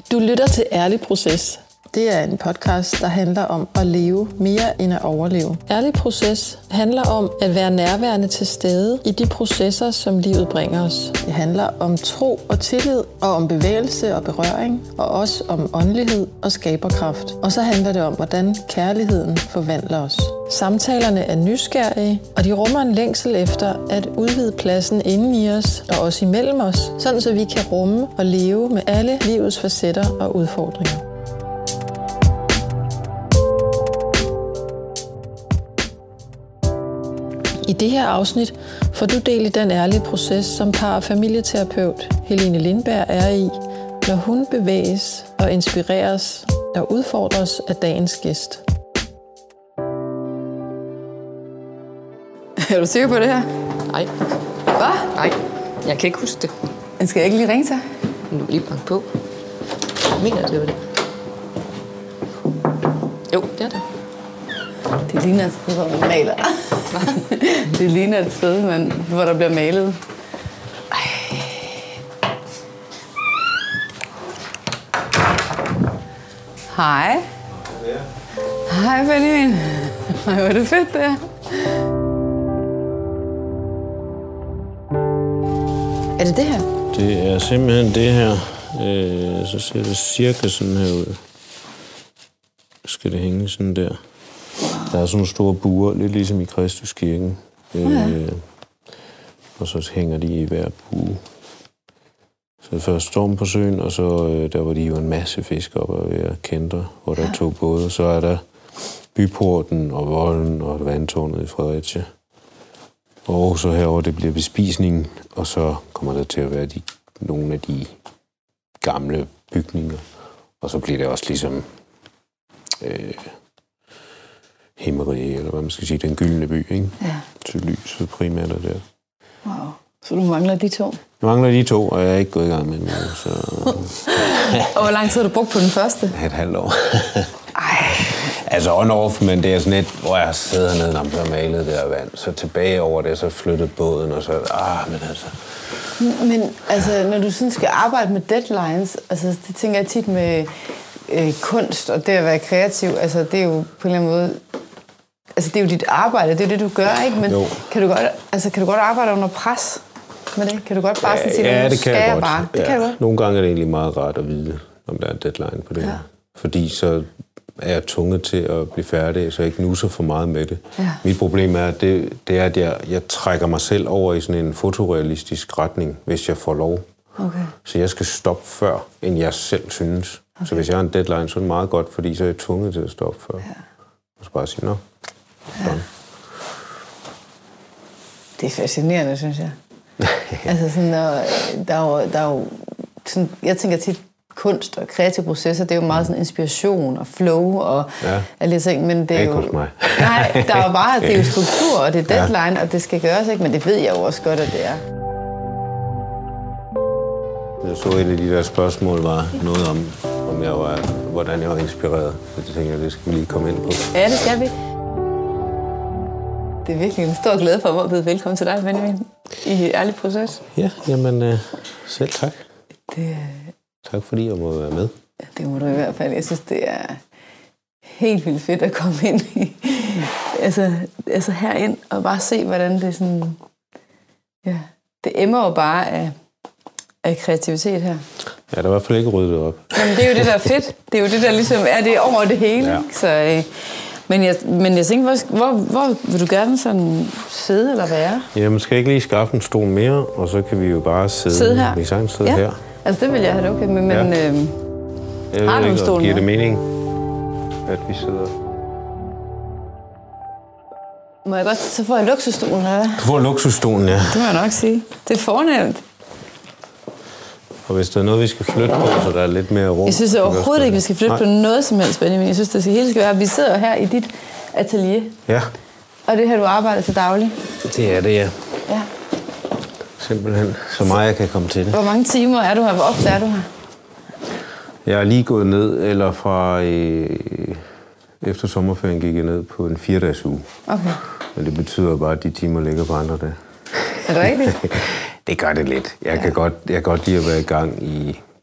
Du lytter til Ærlig Proces. Det er en podcast, der handler om at leve mere end at overleve. Ærlig Proces handler om at være nærværende til stede i de processer, som livet bringer os. Det handler om tro og tillid, og om bevægelse og berøring, og også om åndelighed og skaberkraft. Og så handler det om, hvordan kærligheden forvandler os. Samtalerne er nysgerrige, og de rummer en længsel efter at udvide pladsen inden i os og også imellem os, sådan så vi kan rumme og leve med alle livets facetter og udfordringer. I det her afsnit får du del i den ærlige proces, som par- og familieterapeut Helene Lindberg er i, når hun bevæges og inspireres og udfordres af dagens gæst. Er du sikker på det her? Nej. Hvad? Nej, jeg kan ikke huske det. Skal jeg ikke lige ringe til? Nu lige banke på. Jeg mener, det var det. Jo, det er det. Det ligner et sted, hvor man maler. Det ligner et sted, hvor der bliver malet. Ej. Hej. Hej, Benjamin. Hvor er det fedt, det her. Er det det her? Det er simpelthen det her. Så ser det cirka sådan her ud. Skal det hænge sådan der. Der er sådan nogle store buer, lidt ligesom i Kristuskirken. Og så hænger de i hver bue. Så først Storm på søen, og så der var de jo en masse fisk op og ved at kendre, hvor der er 2 både. Så er der Byporten og Volden og vandtårnet i Fredericia. Og så herover det bliver bespisningen, og så kommer der til at være nogle af de gamle bygninger. Og så bliver det også ligesom Himmeriget, eller hvad man skal sige, den gyldne by, ikke? Ja. Så lyset primært er der. Wow. Så du mangler de 2? Jeg mangler de 2, og jeg er ikke gået i gang med dem. Så... Og hvor lang tid har du brugt på den første? Et halvt år. Altså on-off, men det er sådan et, hvor jeg sidder nede, når jeg har malet der vand. Så tilbage over det, så flyttede båden, og så... men altså... Men altså, når du sådan skal arbejde med deadlines, altså det tænker jeg tit med kunst og det at være kreativ, altså det er jo på en eller anden måde... Altså det er jo dit arbejde, det er jo det, du gør, ikke? Men kan du godt arbejde under pres med det? Kan du godt bare sige, ja, det kan jeg godt. Bare? Det kan jeg godt. Nogle gange er det egentlig meget rart at vide, om der er en deadline på det her. Fordi så er jeg tvunget til at blive færdig, så jeg ikke nuser for meget med det. Ja. Mit problem er, det er, at jeg trækker mig selv over i sådan en fotorealistisk retning, hvis jeg får lov. Okay. Så jeg skal stoppe før, end jeg selv synes. Okay. Så hvis jeg har en deadline, så er det meget godt, fordi så er jeg tvunget til at stoppe før. Ja. Og så bare sige, nå. Ja. Det er fascinerende, synes jeg. Altså sådan, der er jo sådan, jeg tænker tit, kunst og kreative processer, det er jo meget sådan inspiration og flow og alle ting, men det er jo... mig. Nej, der er jo bare, det er jo struktur, og det er deadline, og det skal gøres, ikke? Men det ved jeg jo også godt, at det er. Jeg så et af de der spørgsmål var noget om hvordan jeg var inspireret. Så jeg tænker, det skal vi lige komme ind på. Ja, det skal vi. Det er virkelig en stor glæde for mig at byde velkommen til dig, Benjamin, i Ærlig Proces. Ja, jamen selv tak. Det... Tak fordi jeg må være med. Ja, det må du i hvert fald. Jeg synes, det er helt vildt fedt at komme ind i, altså herind og bare se, hvordan det sådan... Ja, det emmer jo bare af kreativitet her. Ja, der er i hvert fald ikke ryddet op. Jamen, det er jo det, der er fedt. Det er jo det, der ligesom er det over det hele. Ja. Så, men jeg tænker, hvor vil du gerne sådan sidde eller være? Jamen, skal jeg ikke lige skaffe en stol mere, og så kan vi jo bare sidde her. Vi kan sidde her. Altså, det vil jeg have det okay med, men har du en stol med? Giver det mening, at vi sidder... Må jeg godt, så får jeg luksusstolen, eller hvad? Du får luksusstolen, ja. Det må jeg nok sige. Det er fornemt. Og hvis der er noget, vi skal flytte på, så der er lidt mere rum... Jeg synes overhovedet ikke, vi skal flytte på noget som helst, Benjamin. Jeg synes, det hele skal være... Vi sidder jo her i dit atelier. Ja. Og det her, du arbejder til daglig. Det er det, ja. Ja. Simpelthen. Så meget jeg kan komme til det. Hvor mange timer er du her? Hvor ofte er du her? Jeg er lige gået ned, eller fra... efter sommerferien gik jeg ned på en 4-dages uge. Okay. Men det betyder bare, at de timer ligger på andre dage. Er det rigtigt? Det gør det lidt. Jeg kan godt lide at være i gang i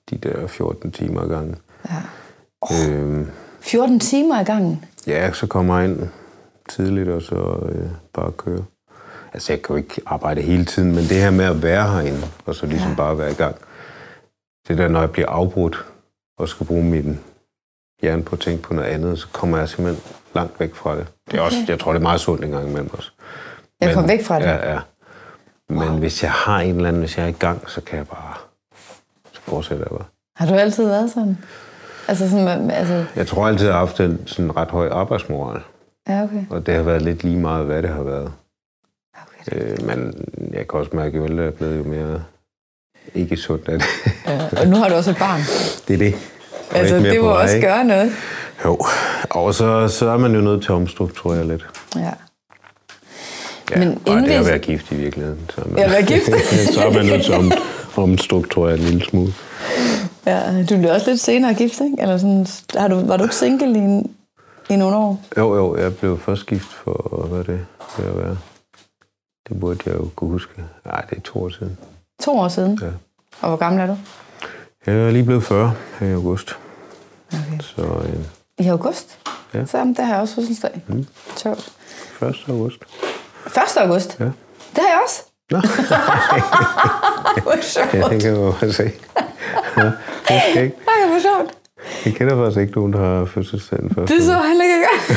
de der 14 timer ad gangen. Ja. 14 timer ad gangen? Ja, så kommer jeg ind tidligt, og så bare køre. Altså, jeg kan jo ikke arbejde hele tiden, men det her med at være herinde, og så ligesom bare være i gang. Det der, når jeg bliver afbrudt, og skal bruge min hjerne på at tænke på noget andet, så kommer jeg simpelthen langt væk fra det. Det er også, jeg tror, det er meget sundt en gang imellem også. Jeg kommer væk fra det? Ja. Men hvis jeg har en eller anden, hvis jeg er i gang, så kan jeg bare... Så fortsætter jeg bare. Har du altid været sådan? Altså sådan, Jeg tror altid, jeg har haft en sådan ret høj arbejdsmoral. Ja, okay. Og det har været lidt lige meget, hvad det har været. Okay. Men jeg kan også mærke, at jeg er blevet jo mere ikke sundt af det. Ja, og nu har du også et barn. Det er det. Altså, det må også gøre noget. Jo, og så er man jo nødt til at omstrukturere lidt. Ja. Men det er at være gift i virkeligheden. Så at være gift? Så er man nødt til at omstrukturere en lille smule. Ja, du blev også lidt senere gift, ikke? Eller sådan, var du ikke single i nogle år? Jo, jeg blev først gift for, hvad det vil være. Det burde jeg jo kunne huske. Nej, det er 2 år siden. 2 år siden? Ja. Og hvor gammel er du? Jeg er lige blevet 40 her i august. Okay. Så, i august? Ja. Så der har jeg også fødselsdag. Sjovt. 1. august. 1. august? Ja. Det har jeg også? Nå. Hvor sjovt. Ja, det kan man bare se. Ja, nej, hvor sjovt. Jeg kender faktisk ikke nogen, der har fødselsdag den 1. Det så heller ikke engang.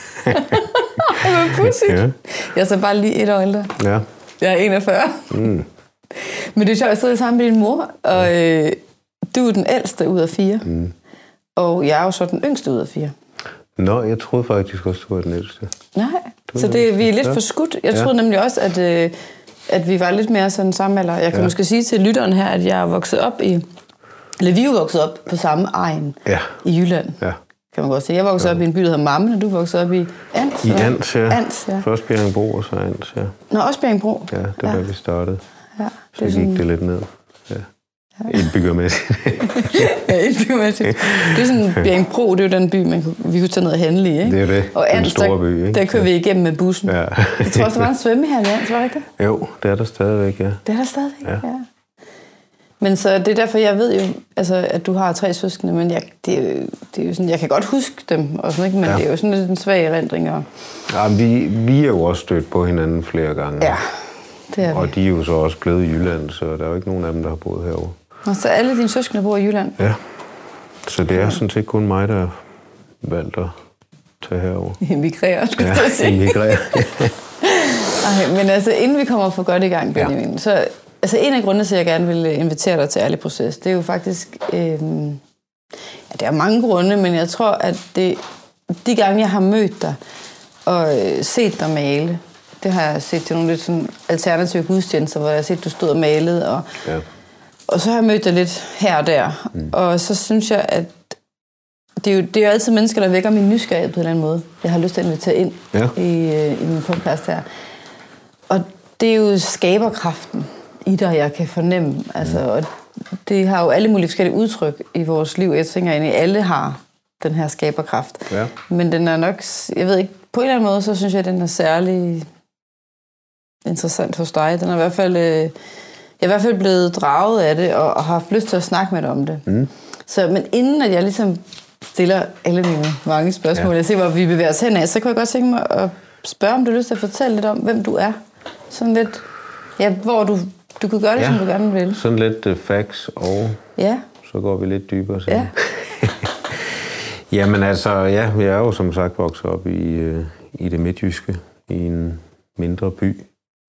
Hvor pudsigt. Ja. Jeg er så bare lige 1 år ældre. Ja. Jeg er 41. Men det er sjovt, jeg sidder sammen med din mor, og du er den ældste ud af 4. Og jeg er jo så den yngste ud af 4. Nå, jeg troede faktisk også, du var den ældste. Nej, så vi er lidt for skudt. Jeg troede nemlig også, at vi var lidt mere sådan samme alder. Jeg kan måske sige til lytteren her, at jeg er vokset op vi er jo vokset op på samme egen i Jylland. Ja. Kan man godt sige. Jeg voksede op i en by, der hedder Mammen, og du voksede op i Ans. I Ans, ja. Ans, ja. Først Bjerringbro, og så Ans, ja. Nå, også Bjerringbro. Ja, det var vi startede. Ja, så gik det lidt ned. Ja. Indbyggermæssigt. Ja, indbyggermæssigt. Det er sådan, Bjerringbro, det er jo den by, vi kunne tage ned og handle i, ikke? Det er det. Og Ans, store by, ikke? Der kører vi igennem med bussen. Ja. Jeg tror også, der var en svømmehal i Ans, var det ikke det? Jo, det er der stadigvæk, ja. Det er der stadigvæk, ja. Men så det er derfor, jeg ved jo, altså, at du har 3 søskende, men det er jo sådan, jeg kan godt huske dem, og sådan, ikke? Men det er jo sådan lidt en svag erindring. Og... Ja, vi er jo også stødt på hinanden flere gange. Ja, det er vi. Og de er jo så også blevet i Jylland, så der er jo ikke nogen af dem, der har boet herovre. Og så alle dine søskende bor i Jylland? Ja, så det er sådan set kun mig, der har valgt at tage herover. Emigrerer, skulle jeg sige. Emigrerer. Men altså, inden vi kommer for godt i gang, Benjamin, så... Altså en af grundene til, at jeg gerne vil invitere dig til Ærlig Proces, det er jo faktisk... det er mange grunde, men jeg tror, at de gange, jeg har mødt dig og set dig male, det har jeg set til nogle lidt sådan alternative gudstjenester, hvor jeg har set, at du stod og malede, og så har jeg mødt dig lidt her og der. Og så synes jeg, at det er jo altid mennesker, der vækker min nysgerrighed på en eller anden måde. Jeg har lyst til at invitere ind i min podcast her. Og det er jo skaberkraften i dig, jeg kan fornemme. Altså, og det har jo alle mulige forskellige udtryk i vores liv. Jeg tænker egentlig, at alle har den her skaberkraft. Ja. Men den er nok, jeg ved ikke, på en eller anden måde, så synes jeg, at den er særlig interessant hos dig. Den er i hvert fald blevet draget af det, og har haft lyst til at snakke med dig om det. Men inden at jeg ligesom stiller alle mine mange spørgsmål, jeg ser, hvor vi bevæger os henad, så kunne jeg godt tænke mig at spørge, om du har lyst til at fortælle lidt om, hvem du er. Sådan lidt, hvor du kan gøre det, som du gerne vil. Sådan lidt facts, og så går vi lidt dybere. Ja. Jamen altså, jeg er jo som sagt vokset op i det midtjyske, i en mindre by,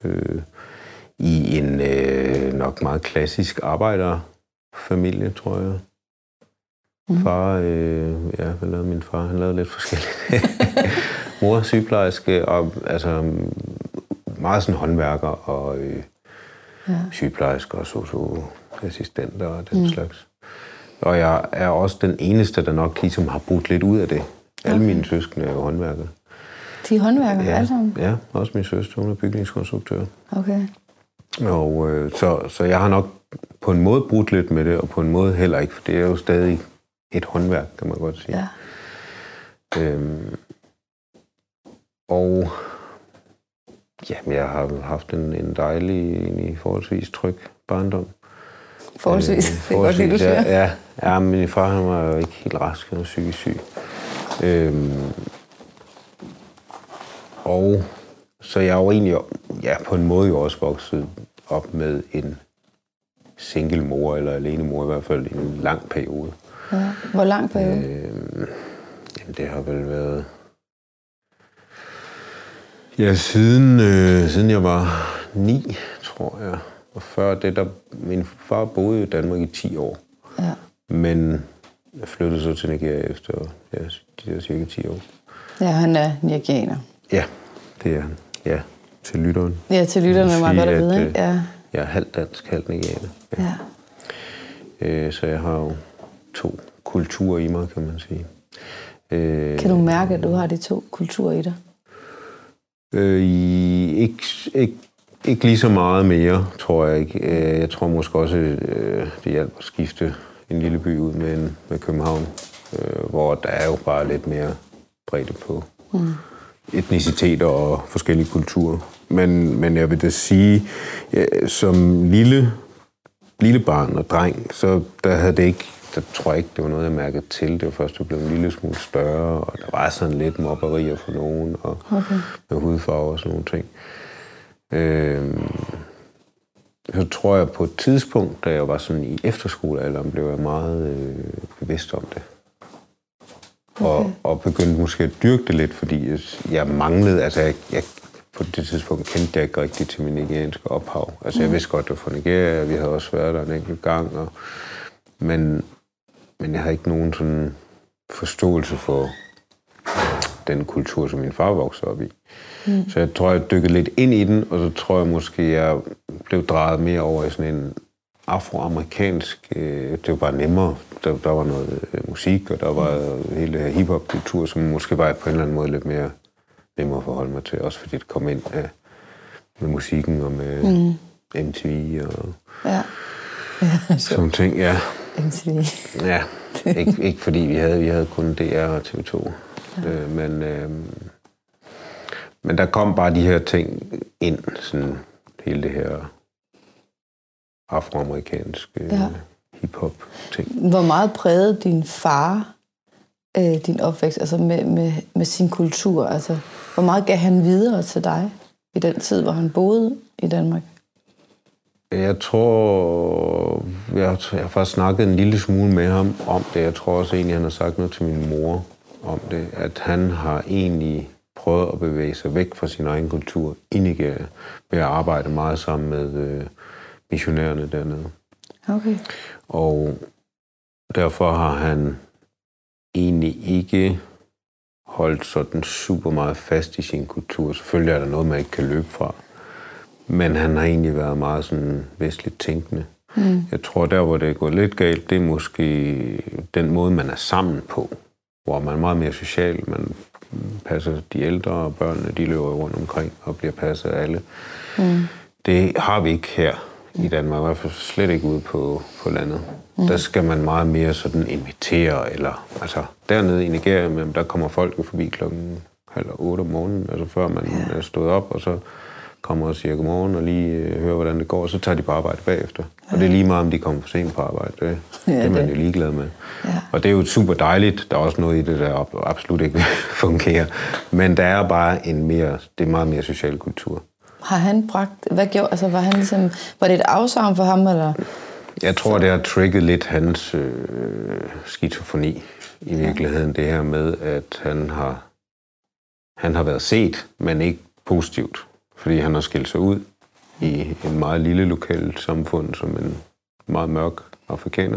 i en nok meget klassisk arbejderfamilie, tror jeg. Far, hvad lavede min far? Han lavede lidt forskelligt. Mor sygeplejerske, og altså meget sådan håndværker og sygeplejersker og sosu-assistenter og den slags. Og jeg er også den eneste, der nok ligesom har brudt lidt ud af det. Alle mine søskende er jo håndværkere. De er håndværkere, alle sammen? Ja, også min søster, hun er bygningskonstruktør. Okay. Og så jeg har nok på en måde brudt lidt med det, og på en måde heller ikke, for det er jo stadig et håndværk, kan man godt sige. Ja. Og jeg har haft en dejlig, egentlig forholdsvis tryg barndom. Forholdsvis. Det er godt lide, du siger. Ja, men min far han var jo ikke helt rask, han var psykisk syg. Og så jeg er jo egentlig på en måde jo også vokset op med en single mor, eller alene mor i hvert fald, i en lang periode. Ja. Hvor lang periode? Jamen, det har vel været... Ja, siden jeg var 9, tror jeg. Og før det, min far boede i Danmark i 10 år. Ja. Men jeg flyttede så til Nigeria efter de der cirka 10 år. Ja, han er nigerianer. Ja, det er han. Ja, til lytteren. Ja, til lytterne er meget godt at vide, ikke? Ja. Jeg er halvt dansk, halvt nigerianer. Ja. Så jeg har jo 2 kulturer i mig, kan man sige. Kan du mærke, at du har de 2 kulturer i dig? Ikke lige så meget mere, tror jeg ikke. Jeg tror måske også, det hjælper at skifte en lille by ud med København, hvor der er jo bare lidt mere bredde på etniciteter og forskellige kulturer. Men jeg vil da sige, som lille barn og dreng, så der tror jeg ikke, det var noget, jeg mærkede til. Det var først, det blev en lille smule større, og der var sådan lidt mobberier for nogen, og med hudfarve og sådan nogle ting. Så tror jeg på et tidspunkt, da jeg var sådan i efterskolealderen, blev jeg meget bevidst om det. Og begyndte måske at dyrke det lidt, fordi jeg manglede, altså jeg på det tidspunkt kendte jeg ikke rigtig til min nigerianske ophav. Altså jeg vidste godt, det var fra Nigeria, vi havde også været der en enkelt gang, men jeg havde ikke nogen sådan forståelse for den kultur, som min far voksede op i. Så jeg tror, jeg dykkede lidt ind i den, og så tror jeg måske, jeg blev drejet mere over i sådan en afroamerikansk... Det var bare nemmere. Der var noget musik, og der var hele det her hiphop-kultur, som måske var på en eller anden måde lidt mere nemmere at forholde mig til, også fordi det kom ind med musikken og med MTV og sådan ting, ja. MTV. Ja, ikke fordi vi havde kun DR og TV2, men der kom bare de her ting ind, sådan hele det her afroamerikanske hip-hop-ting. Hvor meget prægede din far din opvækst, altså med sin kultur? Altså, hvor meget gav han videre til dig i den tid, hvor han boede i Danmark? Jeg tror, jeg har faktisk snakket en lille smule med ham om det. Jeg tror også egentlig, han har sagt noget til min mor om det, at han har egentlig prøvet at bevæge sig væk fra sin egen kultur i Nigeria ved at arbejde meget sammen med missionærerne dernede. Okay. Og derfor har han egentlig ikke holdt sådan super meget fast i sin kultur. Selvfølgelig er der noget, man ikke kan løbe fra. Men han har egentlig været meget sådan vestligt tænkende. Jeg tror, der hvor det er gået lidt galt, det er måske den måde, man er sammen på. Hvor man er meget mere social. Man passer de ældre, og børnene de løber rundt omkring og bliver passet af alle. Det har vi ikke her i Danmark, i hvert fald slet ikke ude på landet. Der skal man meget mere sådan invitere, eller altså dernede i Nigeria, men der kommer folk forbi 7:30 om morgenen, altså før man er stået op, og så kommer og siger godmorgen og lige hører, hvordan det går, og så tager de på arbejde bagefter. Og det er lige meget, om de kommer for sent på arbejde. Det er man jo ligeglad med. Ja. Og det er jo super dejligt. Der er også noget i det, der absolut ikke fungerer. Men der er bare det er meget mere social kultur. Har han hvad gjorde, altså var det et afsavn for ham, eller? Jeg tror, det har trigget lidt hans skizofreni i virkeligheden. Det her med, at han har været set, men ikke positivt. Fordi han har skilt sig ud i en meget lille lokalt samfund, som en meget mørk afrikaner.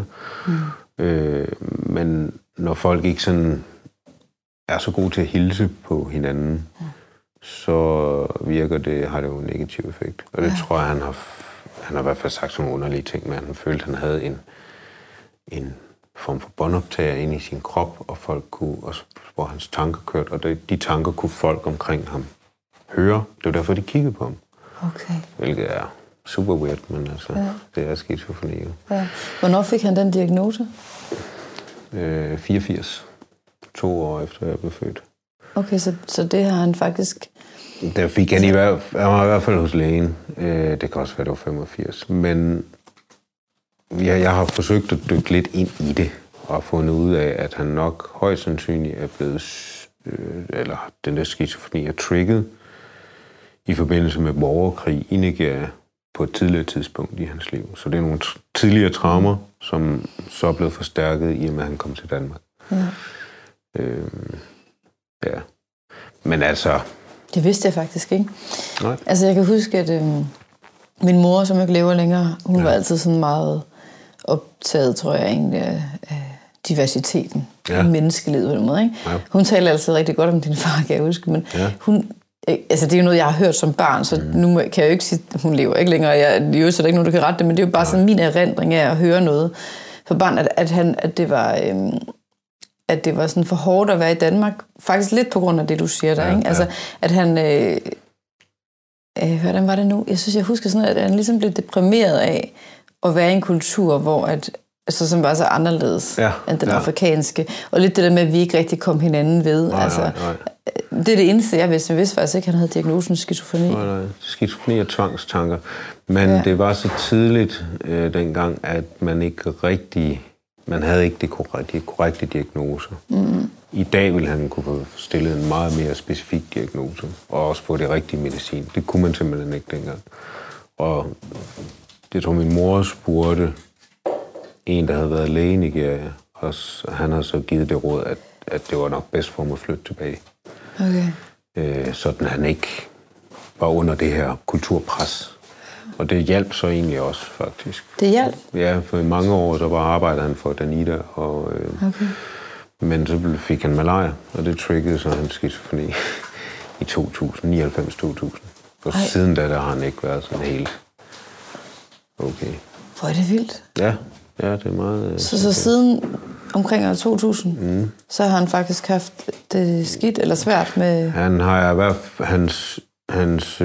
Men når folk ikke sådan er så gode til at hilse på hinanden, så har det jo en negativ effekt. Og det tror jeg, han har i hvert fald sagt sådan underlige ting, men han følte, han havde en form for båndoptager inde i sin krop, og folk kunne, hvor hans tanker kørte, og de tanker kunne folk omkring ham høre. Det var derfor, de kiggede på ham. Okay. Hvilket er super weird, men altså, det er skizofreni. Ja. Hvornår fik han den diagnose? 84. 2 år efter jeg blev født. Okay, så det har han faktisk... Der fik han han var i hvert fald hos lægen. Det kan også være, det var 85. Men jeg har forsøgt at dykke lidt ind i det, og fundet ud af, at han nok højst sandsynligt er blevet, eller den der skizofreni er trigget i forbindelse med borgerkrig i Nigeria på et tidligere tidspunkt i hans liv. Så det er nogle tidligere traumer, som så er blevet forstærket i og med, at han kom til Danmark. Ja. Ja. Men altså... Det vidste jeg faktisk ikke. Nej. Altså, jeg kan huske, at min mor, som ikke lever længere, hun var altid sådan meget optaget, tror jeg egentlig, af diversiteten i menneskelivet på den måde, ikke? Ja. Hun taler altid rigtig godt om din far, kan jeg huske, men hun... Altså, det er jo noget, jeg har hørt som barn, så nu kan jeg jo ikke sige, at hun lever ikke længere. Så er der ikke nogen, der kan rette det, men det er jo bare sådan min erindring af at høre noget for barn, at det var sådan for hårdt at være i Danmark. Faktisk lidt på grund af det, du siger der, ikke? Altså, at han... hvordan var det nu? Jeg husker sådan, at han ligesom blev deprimeret af at være i en kultur, hvor som var så anderledes end den afrikanske. Og lidt det der med, at vi ikke rigtig kom hinanden ved. Nej. Det er det eneste, jeg vidste. Jeg vidste faktisk ikke, at han havde diagnosen skizofreni. Nej. Skizofreni og tvangstanker. Men det var så tidligt dengang, at man havde ikke de korrekte diagnoser. I dag ville han kunne få stillet en meget mere specifik diagnose, og også få det rigtige medicin. Det kunne man simpelthen ikke dengang. Og jeg tror, min mor spurgte en, der havde været læge i Nigeria, og han havde så givet det råd, at det var nok bedst for ham at flytte tilbage. Okay. Sådan han ikke var under det her kulturpres. Og det hjalp så egentlig også, faktisk. Det hjalp? Ja, for i mange år, så arbejdede han for Danida, og, men så fik han malaria, og det triggede så hans skizofreni i 99-2000. Og siden da har han ikke været sådan helt okay. Hvor er det vildt. Ja, det er meget... Så siden omkring år 2000, så har han faktisk haft det skidt eller svært med... Han har i hvert fald... Hans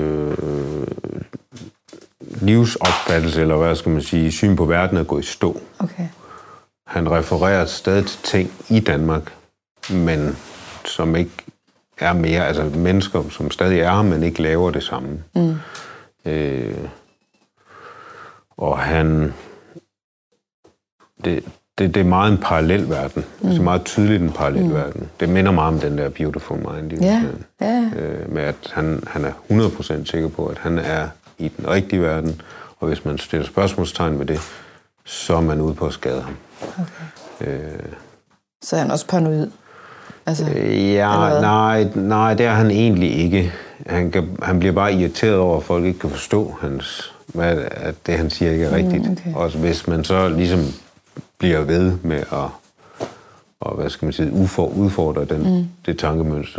livsopfattelse, eller hvad skal man sige, syn på verden er gået i stå. Okay. Han refererer stadig til ting i Danmark, men som ikke er mere, altså mennesker, som stadig er her, men ikke laver det samme. Og han... Det er meget en parallelverden. Det er meget tydeligt en parallelverden. Det minder meget om den der Beautiful Mind. Med at han er 100% sikker på, at han er i den rigtige verden, og hvis man stiller spørgsmålstegn ved det, så er man ude på at skade ham. Okay. Så er han også paranoid? Altså, nej, det er han egentlig ikke. Han bliver bare irriteret over, at folk ikke kan forstå, at det, han siger, ikke er rigtigt. Okay. Og hvis man så ligesom bliver ved med at hvad skal man sige, udfordre det tankemønster,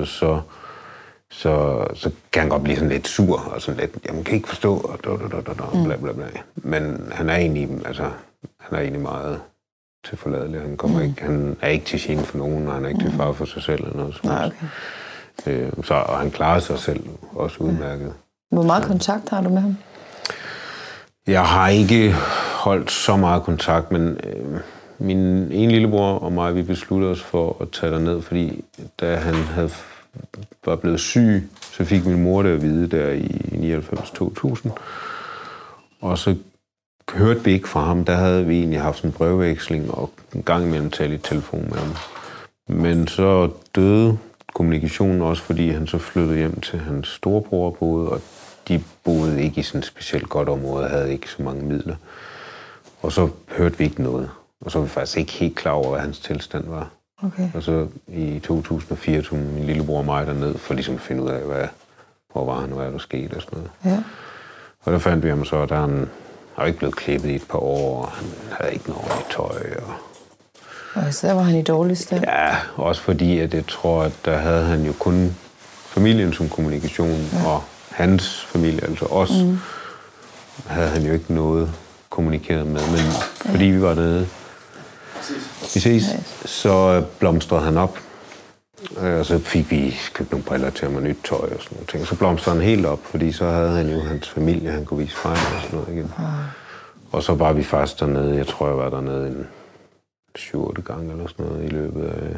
så kan han godt blive sådan lidt sur, og sådan lidt, jeg kan ikke forstå, og bla bla bla. Men han er egentlig meget tilforladelig. Han er ikke til gene for nogen, og han er ikke til fare for sig selv. Eller noget okay. Og han klarer sig selv også udmærket. Hvor meget kontakt har du med ham? Jeg har ikke holdt så meget kontakt, men min ene lillebror og mig, vi besluttede os for at tage derned, fordi da han var blevet syg, så fik min mor det at vide der i 99-2000. Og så hørte vi ikke fra ham. Der havde vi egentlig haft en brevveksling og en gang imellem tale i telefon med ham. Men så døde kommunikationen også, fordi han så flyttede hjem til hans storebror boede, og de boede ikke i sådan et specielt godt område og havde ikke så mange midler. Og så hørte vi ikke noget. Og så var vi faktisk ikke helt klar over, hvad hans tilstand var. Okay. Og så i 2004 tog min lillebror og mig derned for ligesom at finde ud af, hvor var han, hvad der skete og sådan noget. Ja. Og der fandt vi ham så, at han har ikke blevet klippet i et par år, og han havde ikke noget ordentligt tøj. Og så var han i dårlig stand. Ja, også fordi, at jeg tror, at der havde han jo kun familien som kommunikation, og hans familie, altså os, havde han jo ikke noget kommunikeret med. Men fordi vi var dernede, så blomstrede han op. Og så fik vi købt nogle briller til ham og nyt tøj og sådan noget ting. Så blomstrede han helt op, fordi så havde han jo hans familie, han kunne vise frem og sådan noget igen. Og så var vi faktisk dernede, jeg tror, jeg var dernede en 7-8 gange eller sådan noget i løbet af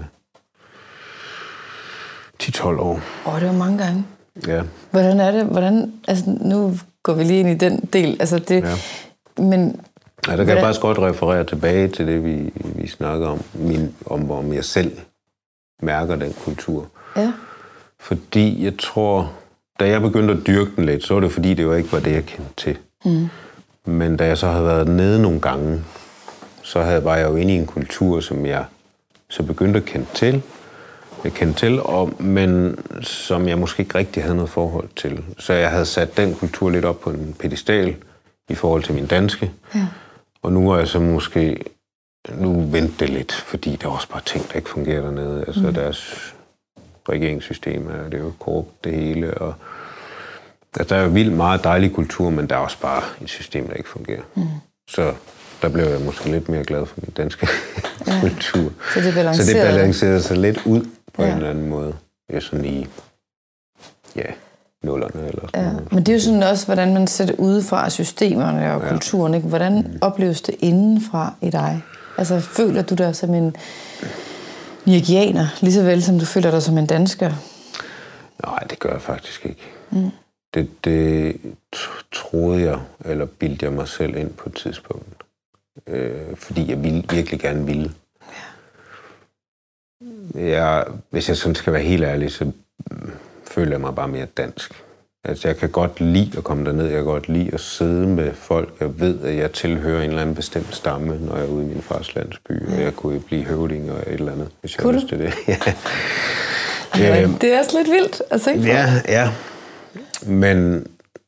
10-12 år. Det var mange gange. Ja. Hvordan er det? Altså, nu går vi lige ind i den del. Altså det, men Ja, der kan jeg faktisk godt referere tilbage til det, vi snakker om jeg selv mærker den kultur. Ja. Fordi jeg tror, da jeg begyndte at dyrke den lidt, så var det fordi, det jo ikke var det, jeg kendte til. Men da jeg så havde været nede nogle gange, så var jeg jo inde i en kultur, som jeg så begyndte at kende til, men som jeg måske ikke rigtig havde noget forhold til. Så jeg havde sat den kultur lidt op på en pedestal i forhold til min danske. Ja. Og nu er jeg så måske... Nu vendte det lidt, fordi der er også bare ting, der ikke fungerer dernede. Altså deres regeringssystem det er jo korrupt det hele. Og, altså, der er jo vildt meget dejlig kultur, men der er også bare et system, der ikke fungerer. Så der blev jeg måske lidt mere glad for min danske kultur. Så det balancerede sig lidt ud på en eller anden måde. Det er sådan i nullerne eller sådan noget. Men det er jo sådan også, hvordan man ser det udefra systemerne og kulturen. Ikke? Hvordan opleves det indenfra i dig? Altså, føler du dig som en nigerianer, lige så vel som du føler dig som en dansker? Nej, det gør jeg faktisk ikke. Det troede jeg, eller bildte jeg mig selv ind på et tidspunkt. Fordi jeg virkelig gerne ville. Hvis jeg sådan skal være helt ærlig, så føler jeg mig bare mere dansk. Altså, jeg kan godt lide at komme derned. Jeg kan godt lide at sidde med folk. Jeg ved, at jeg tilhører en eller anden bestemt stamme, når jeg er ude i min fars landsby. Og jeg kunne blive høvding og et eller andet, hvis jeg har lyst til det. Det er også lidt vildt at se på. Ja. Men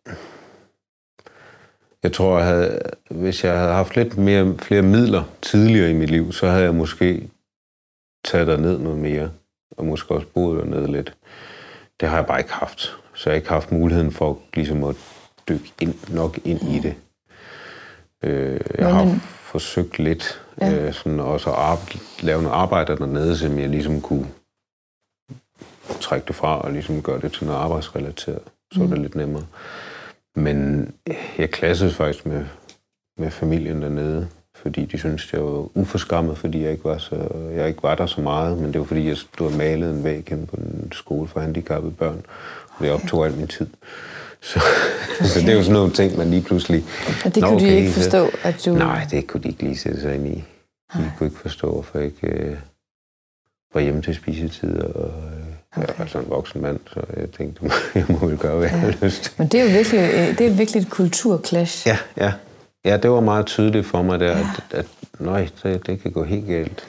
jeg tror, hvis jeg havde haft lidt flere midler tidligere i mit liv, så havde jeg måske taget derned noget mere. Og måske også boet dernede lidt. Det har jeg bare ikke haft. Så jeg har ikke haft muligheden for ligesom at dykke ind i det. Jeg har forsøgt lidt sådan også at lave noget arbejde dernede, som jeg ligesom kunne trække det fra og ligesom gøre det til noget arbejdsrelateret. Så er det lidt nemmere. Men jeg klassede faktisk med familien dernede, fordi de syntes, jeg var uforskammet, fordi jeg ikke var der så meget. Men det var fordi, jeg stod og malede en væg inde på en skole for handicappede børn. Og det optog al min tid. Så det er jo sådan nogle ting, man lige pludselig... Og det kunne de ikke forstå, at du... Nej, det kunne de ikke lige sætte sig ind i. De kunne ikke forstå, hvorfor jeg ikke var hjemme til spisetid. Og jeg var sådan en voksen mand, så jeg tænkte, jeg må vel gøre, hvad jeg har lyst. Men det er jo virkelig et kulturclash. Ja, det var meget tydeligt for mig der, at det kan gå helt galt.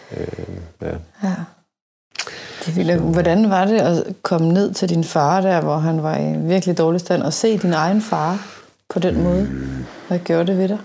Det ville. Hvordan var det at komme ned til din far der, hvor han var i virkelig dårlig stand, og se din egen far på den måde? Hvad gjorde det ved dig?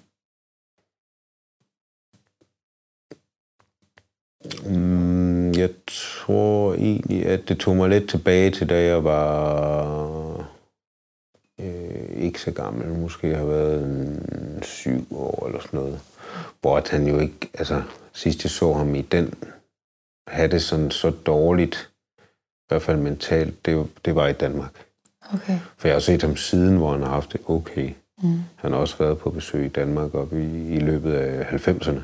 Jeg tror egentlig, at det tog mig lidt tilbage til, da jeg var ikke så gammel. Måske har været 7 år eller sådan noget. Hvor at han jo ikke, altså sidst jeg så ham i den, have det sådan så dårligt, i hvert fald mentalt, det var i Danmark. Okay. For jeg har set ham siden, hvor han har haft det okay. Han har også været på besøg i Danmark op i løbet af 90'erne.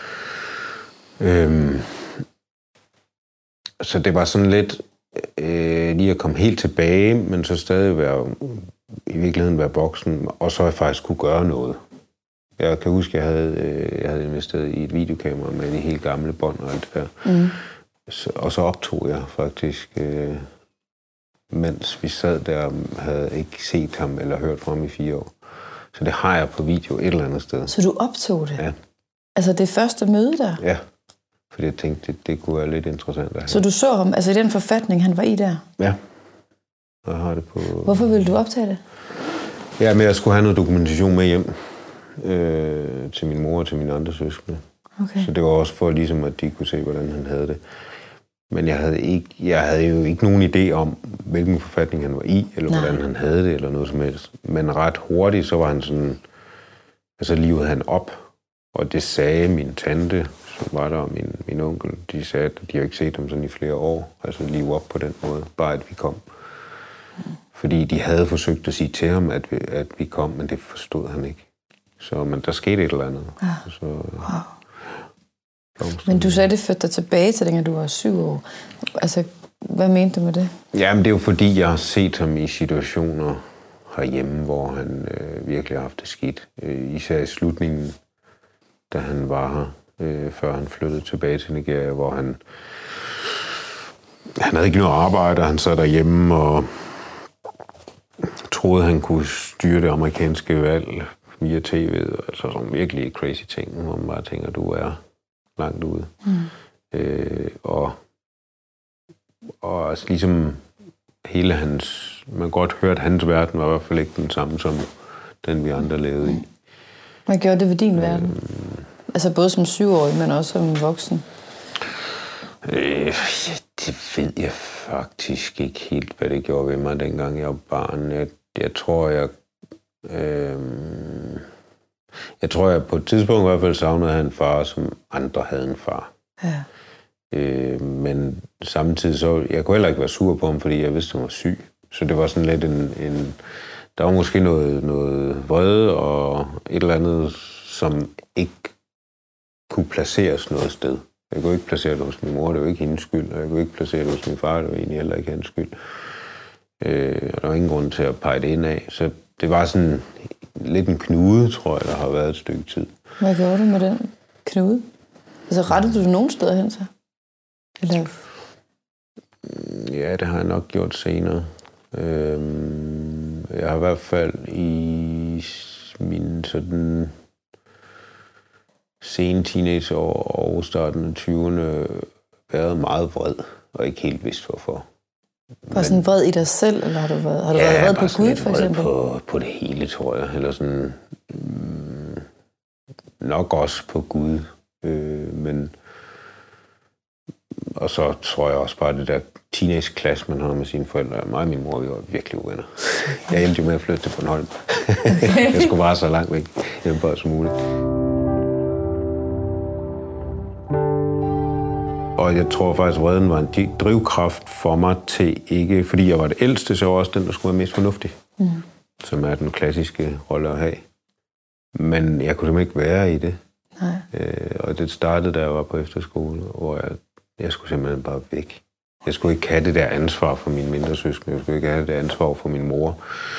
Så det var sådan lidt lige at komme helt tilbage, men så stadig i virkeligheden være voksen, og så jeg faktisk kunne gøre noget. Jeg kan huske, at jeg havde investeret i et videokamera med de helt gamle bånd og alt det der. Og så optog jeg faktisk, mens vi sad der, havde ikke set ham eller hørt fra ham i 4 år. Så det har jeg på video et eller andet sted. Så du optog det? Ja. Altså det første møde der? Ja, fordi jeg tænkte, det kunne være lidt interessant at have. Så du så ham, altså i den forfatning, han var i der? Ja. Jeg har det på... Hvorfor ville du optage det? Ja, men jeg skulle have noget dokumentation med hjem til min mor og til mine andre søskende. Okay. Så det var også for ligesom, at de kunne se, hvordan han havde det. Men jeg havde jo ikke nogen idé om, hvilken forfatning han var i, eller hvordan han havde det, eller noget som helst. Men ret hurtigt, så var han sådan... Altså livede han op, og det sagde min tante, som var der, og min onkel, de sagde, at de har ikke set ham sådan i flere år. Altså live op på den måde, bare at vi kom. Fordi de havde forsøgt at sige til ham, at vi kom, men det forstod han ikke. Men der skete et eller andet. Men du sagde, det førte dig tilbage til, dengang du var 7 år. Altså, hvad mente du med det? Jamen, det er jo fordi, jeg har set ham i situationer herhjemme, hvor han virkelig har haft det skidt. Især i slutningen da han var her, før han flyttede tilbage til Nigeria, hvor han havde ikke noget arbejde, han sad derhjemme og troede, han kunne styre det amerikanske valg via tv, altså sådan virkelig crazy ting, hvor man bare tænker, du er langt ude. Og altså ligesom hele hans, man kan godt høre, at hans verden var i hvert fald ikke den samme som den, vi andre levede i. Hvad gjorde det ved din verden? Altså både som 7-årig, men også som voksen? Det ved jeg faktisk ikke helt, hvad det gjorde ved mig, dengang jeg var barn. Jeg tror, jeg på et tidspunkt i hvert fald savnede han en far, som andre havde en far. Ja. Men samtidig så, jeg kunne heller ikke være sur på ham, fordi jeg vidste, han var syg. Så det var sådan lidt der var måske noget vrede og et eller andet, som ikke kunne placeres noget sted. Jeg kunne ikke placere det hos min mor, det var ikke hendes skyld, og jeg kunne ikke placere det hos min far, det var egentlig heller ikke hans skyld. Og der var ingen grund til at pege det ind af. Så det var sådan lidt en knude, tror jeg, der har været et stykke tid. Hvad gjorde du med den knude? Altså rettede du nogen steder hen så? Eller? Ja, det har jeg nok gjort senere. Jeg har i hvert fald i mine sådan sene teenageår og starten af 20'erne været meget vred, og ikke helt vidst hvorfor. Var sådan vred i dig selv, eller har du været vred på Gud, for eksempel? På det hele, tror jeg. Eller sådan, nok også på Gud. Men og så tror jeg også bare, det der teenage-klasse, man har med sine forældre. Mig og min mor, vi var virkelig uvenner. Jeg endte jo med at flytte til Bornholm. Jeg skulle bare så langt væk hjemme som muligt. Og jeg tror faktisk, at vreden var en drivkraft for mig til ikke, fordi jeg var det ældste, så var også den, der skulle være mest fornuftig. Som er den klassiske rolle at have. Men jeg kunne simpelthen ikke være i det. Og det startede, da jeg var på efterskole, hvor jeg skulle simpelthen bare væk. Jeg skulle ikke have det der ansvar for mine mindre søskende. Jeg skulle ikke have det der ansvar for min mor.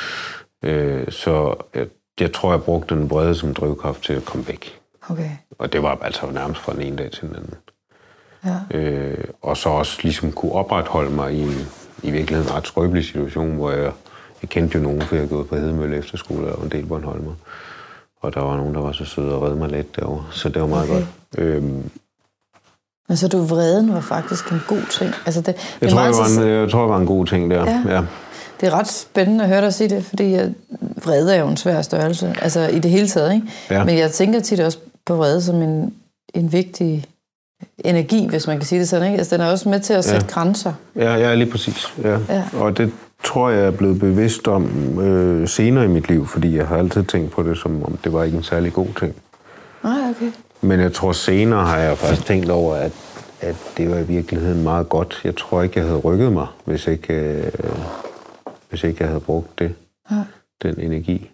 Så jeg tror, jeg brugte den vrede som drivkraft til at komme væk. Okay. Og det var altså nærmest fra den ene dag til den anden. Ja. Og så også ligesom kunne opretholde mig i virkeligheden en ret skrøbelig situation, hvor jeg kendte jo nogen, for jeg gået på Hedemølle Efterskole og en del Bornholmer. Og der var nogen, der var så søde og redde mig lidt derovre. Så det var meget godt. Men så vreden var faktisk en god ting? Altså jeg tror, det var en god ting der. Ja. Det er ret spændende at høre dig sige det, fordi vrede er jo en svær størrelse. Altså i det hele taget, ikke? Ja. Men jeg tænker tit også på vrede som en vigtig energi, hvis man kan sige det sådan, ikke? Altså den er også med til at sætte grænser. Ja, lige præcis. Ja. Og det tror jeg er blevet bevidst om senere i mit liv, fordi jeg har altid tænkt på det, som om det var ikke en særlig god ting. Okay. Men jeg tror senere har jeg faktisk tænkt over, at det var i virkeligheden meget godt. Jeg tror ikke, jeg havde rykket mig, hvis ikke jeg havde brugt det. Den energi.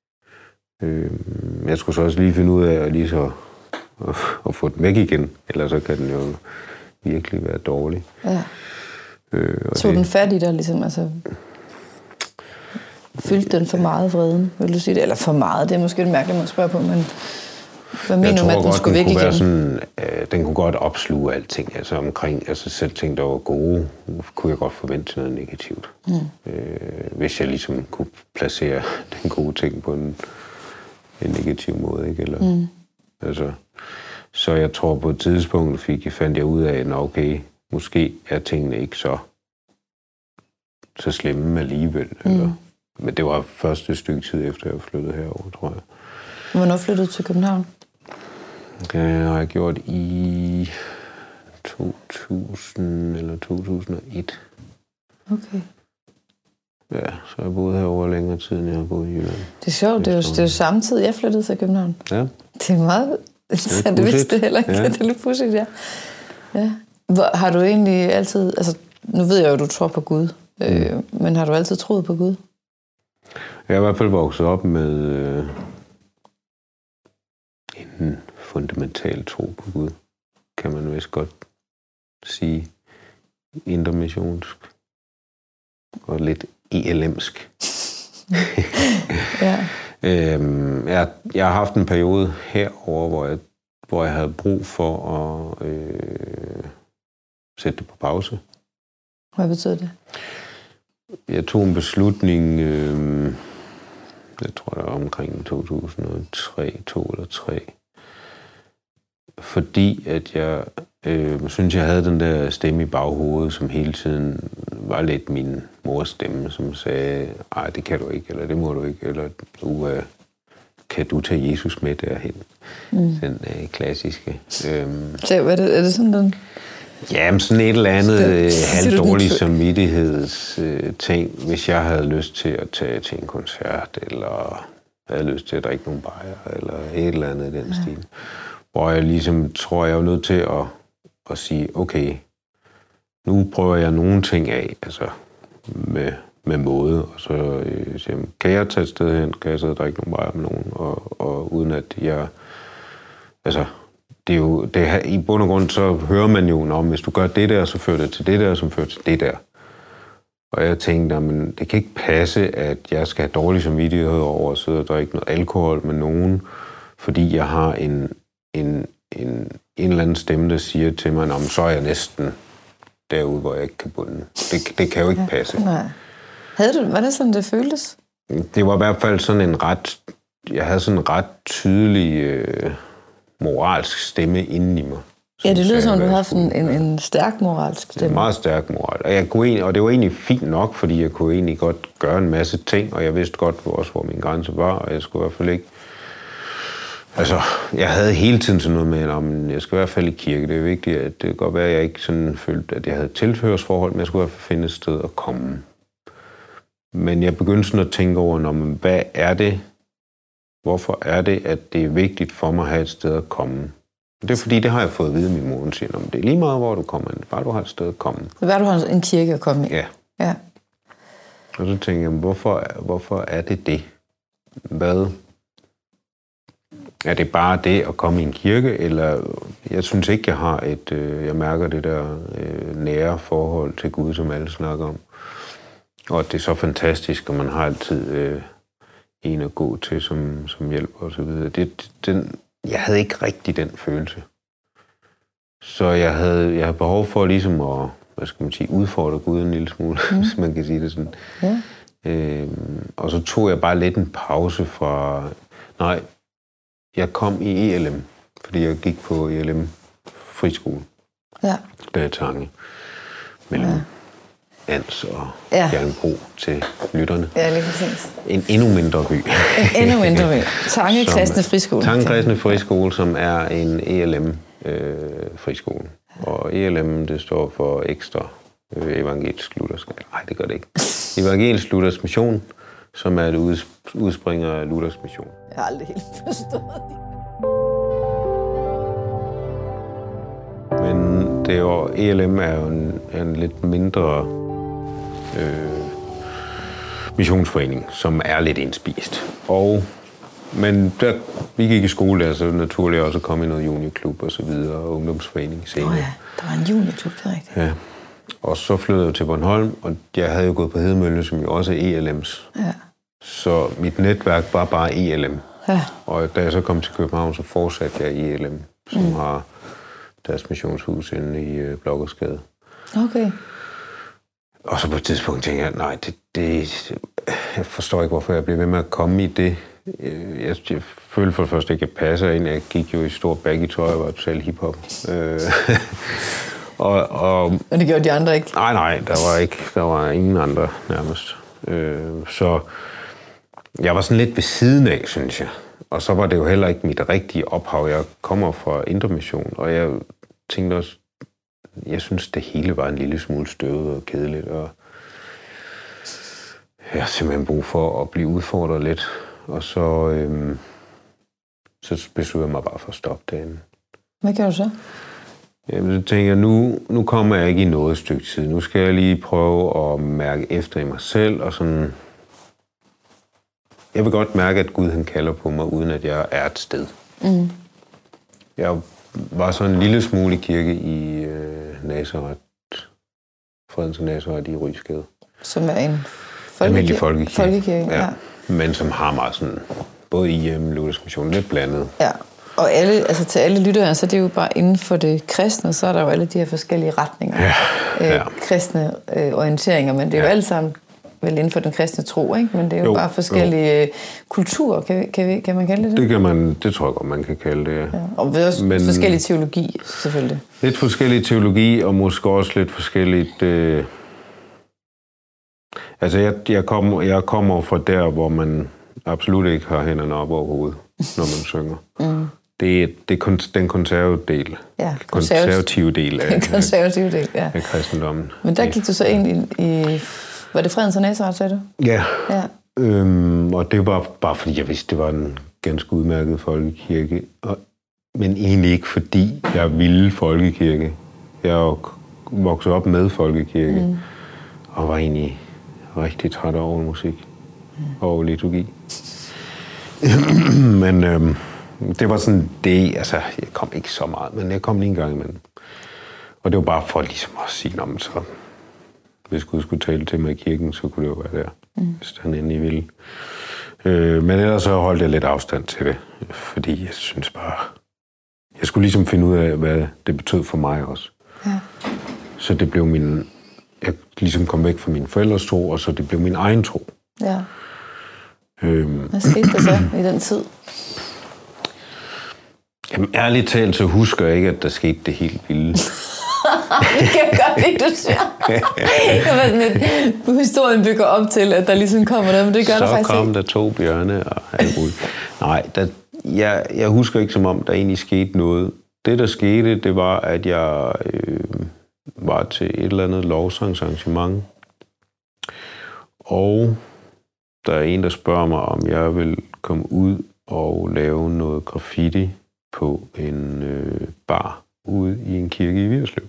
Jeg skulle så også lige finde ud af at få den væk igen, ellers så kan den jo virkelig være dårlig. Ja. Tog den fat i dig, ligesom, altså fyldte den for meget vreden, vil du sige det? Eller for meget, det er måske et mærkeligt måde at spørge på, men hvad mener du med, at den skulle væk igen? Sådan, den kunne godt opsluge alting, altså omkring, altså selv ting, der var gode, kunne jeg godt forvente noget negativt. Hvis jeg ligesom kunne placere den gode ting på en negativ måde, ikke? Eller, altså, så jeg tror på et tidspunkt fandt jeg ud af, at okay, måske er tingene ikke så slemme alligevel. Eller, men det var først et stykke tid efter, jeg flyttede herover, tror jeg. Hvornår flyttede du til København? Det har jeg gjort i 2000 eller 2001. Okay. Ja, så har jeg boet herovre længere tid, end jeg har boet i Jylland. Det er sjovt, det er jo samme tid, jeg flyttede til København. Ja. Det er meget interessant, det vidste heller ikke. Ja. Det er lidt pudsigt, ja. Har du egentlig altid, altså nu ved jeg jo, at du tror på Gud, men har du altid troet på Gud? Jeg er i hvert fald vokset op med en fundamental tro på Gud, kan man vist godt sige. Intermissionsk og lidt ELM'sk. Ja. Jeg har haft en periode herover, hvor jeg hvor jeg havde brug for at sætte det på pause. Hvad betyder det? Jeg tog en beslutning, jeg tror det var omkring 2003, 2 eller 3, fordi at jeg synes, jeg havde den der stemme i baghovedet, som hele tiden var lidt min mors stemme, som sagde, ej, det kan du ikke, eller det må du ikke, eller kan du tage Jesus med derhen? Den klassiske. Så er det sådan den? Jamen, sådan et eller andet halvdårlig samvittighedsting, hvis jeg havde lyst til at tage til en koncert, eller havde lyst til at drikke nogle bajer, eller et eller andet i den stil. Hvor jeg ligesom tror, jeg er nødt til at sige, okay, nu prøver jeg nogle ting af, altså med måde, og så siger, kan jeg tage et sted hen, kan jeg så drikke nogle bajer med nogen, og uden at jeg, altså, det er jo, i bund og grund, så hører man jo, om hvis du gør det der, så fører det til det der, som fører til det der. Og jeg tænkte, men det kan ikke passe, at jeg skal have dårlig samvittighed over at sidde og drikke noget alkohol med nogen, fordi jeg har en eller anden stemme, der siger til mig, så er jeg næsten derude, hvor jeg ikke kan bunde. Det kan jo ikke passe. Nej. Var det sådan, det føltes? Det var i hvert fald sådan jeg havde sådan en ret tydelig moralsk stemme inden i mig. Ja, det lyder som, du havde en stærk moralsk stemme. En meget stærk moral. Og det var egentlig fint nok, fordi jeg kunne egentlig godt gøre en masse ting, og jeg vidste godt også, hvor min grænse var, og jeg skulle i hvert fald ikke. Altså, jeg havde hele tiden sådan noget med, at jeg skal i hvert fald i kirke. Det er vigtigt, at det kan godt være, at jeg ikke sådan følte, at jeg havde tilhørsforhold, men jeg skulle i hvert fald finde et sted at komme. Men jeg begyndte sådan at tænke over, hvad er det? Hvorfor er det, at det er vigtigt for mig at have et sted at komme? Det er fordi, det har jeg fået at vide af min mor. Hun siger, det er lige meget, hvor du kommer. Bare du har et sted at komme. Så bare du har en kirke at komme i? Ja. Og så tænker jeg, hvorfor er det det? Hvad? Er det bare det at komme i en kirke? Eller jeg synes ikke, jeg har jeg mærker det der nære forhold til Gud, som alle snakker om. Og at det er så fantastisk, og man har altid en at gå til som hjælper og så videre. Jeg havde ikke rigtig den følelse. Så jeg havde behov for ligesom at, udfordre Gud en lille smule, hvis man kan sige det sådan. Ja. Og så tog jeg bare lidt en pause fra, jeg kom i ELM, fordi jeg gik på ELM friskole. Ja. Der i Tange. Mellem Ans og Bjerringbro til lytterne. Ja, lige præcis. En endnu mindre by. Endnu mindre by. Tange Kristne Friskole. Tange Kristne Friskole, som er en ELM-friskole. Og ELM, det står for ekstra evangelisk luthersk. Nej, det gør det ikke. Evangelisk luthersk mission, som er et udspringer af Luthers mission. Jeg har aldrig helt forstået det. Men det er jo, ELM er jo en lidt mindre missionsforening, som er lidt indspist. Men vi gik i skole der, så naturligt også at komme i noget juniorklub og så videre, og ungdomsforening senere. Ja, der var en juniorklub, det er rigtigt. Ja. Og så flyttede jeg til Bornholm, og jeg havde jo gået på Hedemølle, som jo også er ELM's. Ja. Så mit netværk var bare ELM. Ja. Og da jeg så kom til København, så fortsatte jeg i ELM, som har deres missionshus inde i Blokkersgade. Okay. Og så på et tidspunkt tænkte jeg, jeg forstår ikke, hvorfor jeg blev ved med at komme i det. Jeg følte for det første ikke, at jeg passer ind. Jeg gik jo i stor baggy-tøj og var totalt hiphop. Men det gjorde de andre ikke? Nej, der var ingen andre nærmest. Så jeg var sådan lidt ved siden af, synes jeg. Og så var det jo heller ikke mit rigtige ophav. Jeg kommer fra Indre Mission, og jeg tænkte også, jeg synes, det hele var en lille smule støvet og kedeligt, og jeg har simpelthen brug for at blive udfordret lidt. Og så besluttede jeg mig bare for at stoppe derinde. Hvad gør du så? Jamen, så tænker jeg, nu kommer jeg ikke i noget stykke tid. Nu skal jeg lige prøve at mærke efter i mig selv, og sådan. Jeg vil godt mærke, at Gud han kalder på mig, uden at jeg er et sted. Mm. Jeg var så en lille smule i kirke i Nazareth, Fredens Nazareth i Rysgade. Som er en folkekirke. Ja. Men som har meget sådan, både IM, Luthers Mission, lidt blandet. Ja. Og altså til alle lyttere, så er det jo bare inden for det kristne, så er der jo alle de her forskellige retninger. Kristne orienteringer, men det er jo alle sammen vel inden for den kristne tro, ikke? Men det er jo bare forskellige kulturer, kan man kalde det? Det tror jeg godt, man kan kalde det, ja. Og også forskellige teologi, selvfølgelig. Lidt forskellig teologi, og måske også lidt forskelligt... Altså, jeg kommer fra der, hvor man absolut ikke har hænderne op over hovedet, når man synger. Det er den konservative del af kristendommen. Men der gik du så ind i var det Fredens og Nazareth, sagde du? Ja. Og det var bare fordi, jeg vidste, det var en ganske udmærket folkekirke. Men egentlig ikke fordi, jeg ville folkekirke. Jeg voksede op med folkekirke. Og var egentlig rigtig træt over musik og liturgi. Men det var sådan det, altså jeg kom ikke så meget, men jeg kom lige en gang imellem. Og det var bare for ligesom at sige, så hvis Gud skulle tale til mig i kirken, så kunne det jo være der, hvis han endelig ville. Men ellers så holdt jeg lidt afstand til det, fordi jeg synes bare, jeg skulle ligesom finde ud af, hvad det betød for mig også. Ja. Så det blev jeg ligesom kom væk fra mine forældres tro, og så det blev min egen tro. Ja. Hvad skete der så i den tid? Jamen, ærligt talt, så husker jeg ikke, at der skete det helt vilde. Det kan jeg godt lide, du siger. Det var sådan historien bygger op til, at der ligesom kommer noget, men det gør der faktisk ikke. Så kom der 2 bjørne og alt muligt. Nej, jeg husker ikke, som om der egentlig skete noget. Det, der skete, det var, at jeg var til et eller andet lovsangsarrangement. Og der er en, der spørger mig, om jeg vil komme ud og lave noget graffiti på en bar ude i en kirke i Vigerslev.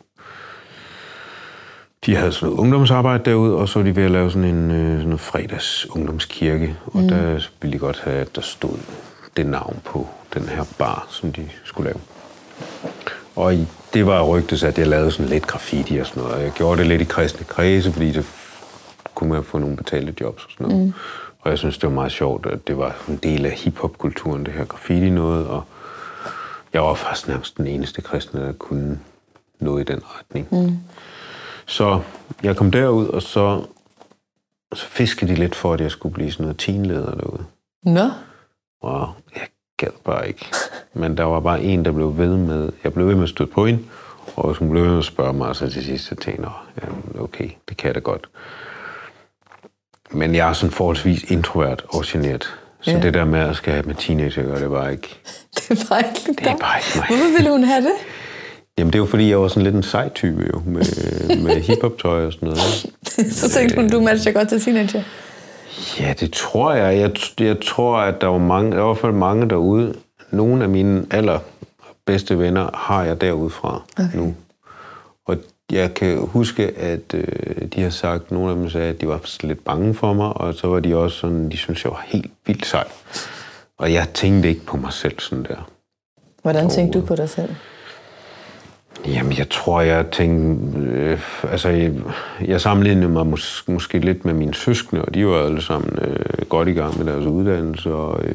De havde sådan noget ungdomsarbejde derude, og så var de ved at lave sådan en fredags ungdomskirke. Og der ville de godt have, at der stod det navn på den her bar, som de skulle lave. Og det var rygtes, at jeg lavede sådan lidt graffiti og sådan noget. Jeg gjorde det lidt i kristne kredse, fordi det kunne man få nogle betalte jobs og sådan noget. Og jeg synes, det var meget sjovt, at det var en del af hip-hop-kulturen, det her graffiti noget. Og jeg var faktisk nærmest den eneste kristne, der kunne noget i den retning. Så jeg kom derud, og så fiskede de lidt for, at jeg skulle blive sådan noget teamleder derude. Nå? Og jeg gad bare ikke. Men der var bare en, der blev ved med... Jeg blev ved med at støtte på hende, og hun blev ved med at spørge mig, og så til sidst så tænkte jeg, okay, det kan jeg da godt. Men jeg er sådan forholdsvis introvert og genert. Så det der med at skal have med teenager, det er bare ikke... Det er bare ikke det er bare ikke mig. Hvorfor ville hun have det? Jamen, det er jo fordi, jeg var sådan lidt en sej type jo, med hiphop-tøj og sådan noget. Så tænkte hun, du matcher godt til teenager? Ja, det tror jeg. Jeg tror, at der var i hvert fald mange derude. Nogle af mine allerbedste venner har jeg derudfra nu. Og jeg kan huske, at de har sagt, nogle af dem sagde, at de var lidt bange for mig, og så var de også sådan, de syntes, jeg var helt vildt sej. Og jeg tænkte ikke på mig selv sådan der. Hvordan tænkte du på dig selv? Jamen, jeg tror, jeg tænkte... jeg sammenlignede mig måske lidt med mine søskende, og de var alle sammen godt i gang med deres uddannelse,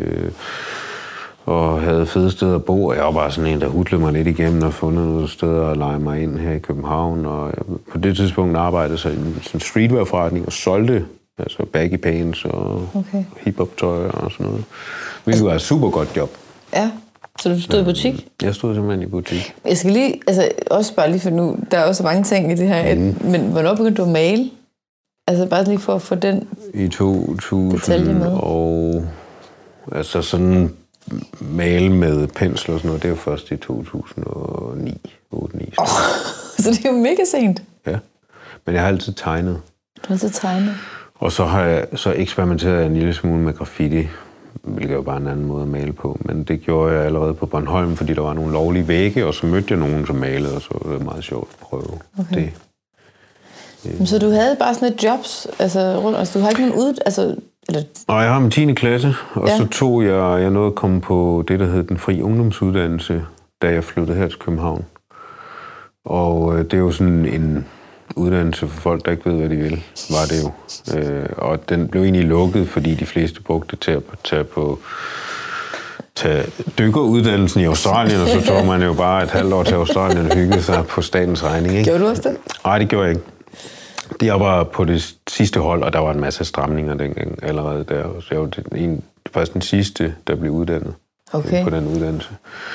og havde fede steder at bo, og jeg var bare sådan en, der hudlede mig lidt igennem og fundet nogle steder at lege mig ind her i København, og på det tidspunkt arbejdede jeg i en streetwear-forretning og solgte altså baggy pants og hip-hop-tøj og sådan noget. Hvilket var et super godt job. Ja. Så du stod i butik? Jeg stod simpelthen i butik. Jeg skal lige, også bare lige for nu, der er også mange ting i det her, men hvornår begyndte du at male? Altså bare lige for at få den i 2000 med. Og altså sådan male med pensler og sådan noget, det var først i 2009, 8-9. Så det er jo mega sent. Ja, men jeg har altid tegnet. Du har altid tegnet? Og så har jeg eksperimenteret en lille smule med graffiti, hvilket er jo bare en anden måde at male på. Men det gjorde jeg allerede på Bornholm, fordi der var nogle lovlige vægge, og så mødte jeg nogen, som malede, og så var det meget sjovt at prøve det. Så du havde bare sådan et jobs, rundt, du har ikke nogen Nej, jeg har min 10. klasse, og så tog jeg nåede at komme på det, der hed den fri ungdomsuddannelse, da jeg flyttede her til København. Og det er jo sådan en uddannelse for folk, der ikke ved, hvad de vil, var det jo. Og den blev egentlig lukket, fordi de fleste brugte det til at tage tage dykkeruddannelsen i Australien, og så tog man jo bare et halvt år til Australien og hyggede sig på statens regning. Ikke? Gjorde du også det? Nej, det gjorde jeg ikke. Jeg var på det sidste hold, og der var en masse stramninger dengang allerede der. Så jeg var faktisk den sidste, der blev uddannet på den uddannelse.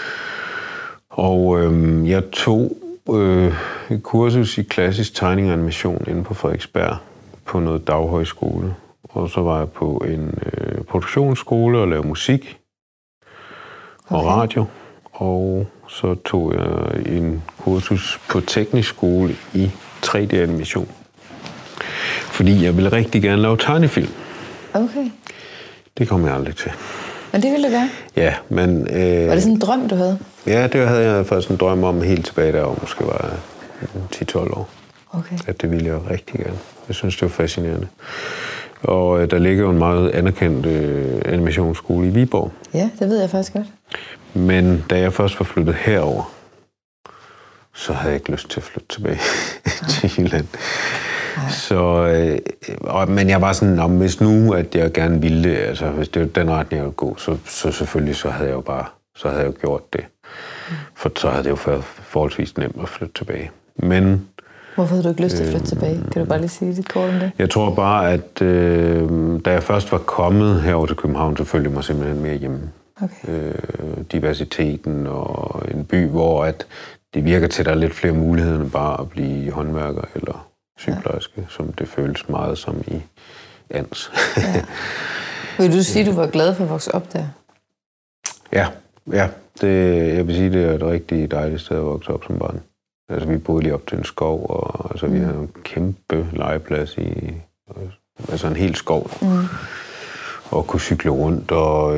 Og jeg tog et kursus i klassisk tegning og animation inde på Frederiksberg på noget daghøjskole. Og så var jeg på en produktionsskole og lavede musik og radio. Og så tog jeg en kursus på teknisk skole i 3D-animation. Fordi jeg ville rigtig gerne lave tegnefilm. Okay. Det kom jeg aldrig til. Men det ville du gerne? Ja, men... var det sådan en drøm, du havde? Ja, det havde jeg faktisk en drøm om helt tilbage, da jeg måske var 10-12 år. Okay. At det ville jeg rigtig gerne. Jeg synes, det var fascinerende. Og der ligger jo en meget anerkendt animationsskole i Viborg. Ja, det ved jeg faktisk godt. Men da jeg først var flyttet herover, så havde jeg ikke lyst til at flytte tilbage til Jylland. Så, men jeg var sådan, hvis nu, at jeg gerne ville det, altså hvis det var den retning, jeg ville gå, så selvfølgelig, så havde jeg jo gjort det. For så havde det jo været forholdsvis nemt at flytte tilbage. Men... Hvorfor havde du ikke lyst til at flytte tilbage? Kan du bare lige sige lidt kort om det? Jeg tror bare, at da jeg først var kommet herover til København, så følte jeg mig simpelthen mere hjemme. Okay. Diversiteten og en by, hvor at det virker til, at der er lidt flere muligheder end bare at blive håndværker eller sygeplejerske, som det føles meget som i Ans. Ja. Vil du sige, at du var glad for at vokse op der? Ja. Jeg vil sige, det er et rigtig dejligt sted at vokse op som barn. Altså, vi boede lige op til en skov, og altså, vi havde en kæmpe legeplads i... Altså en hel skov. Og kunne cykle rundt, og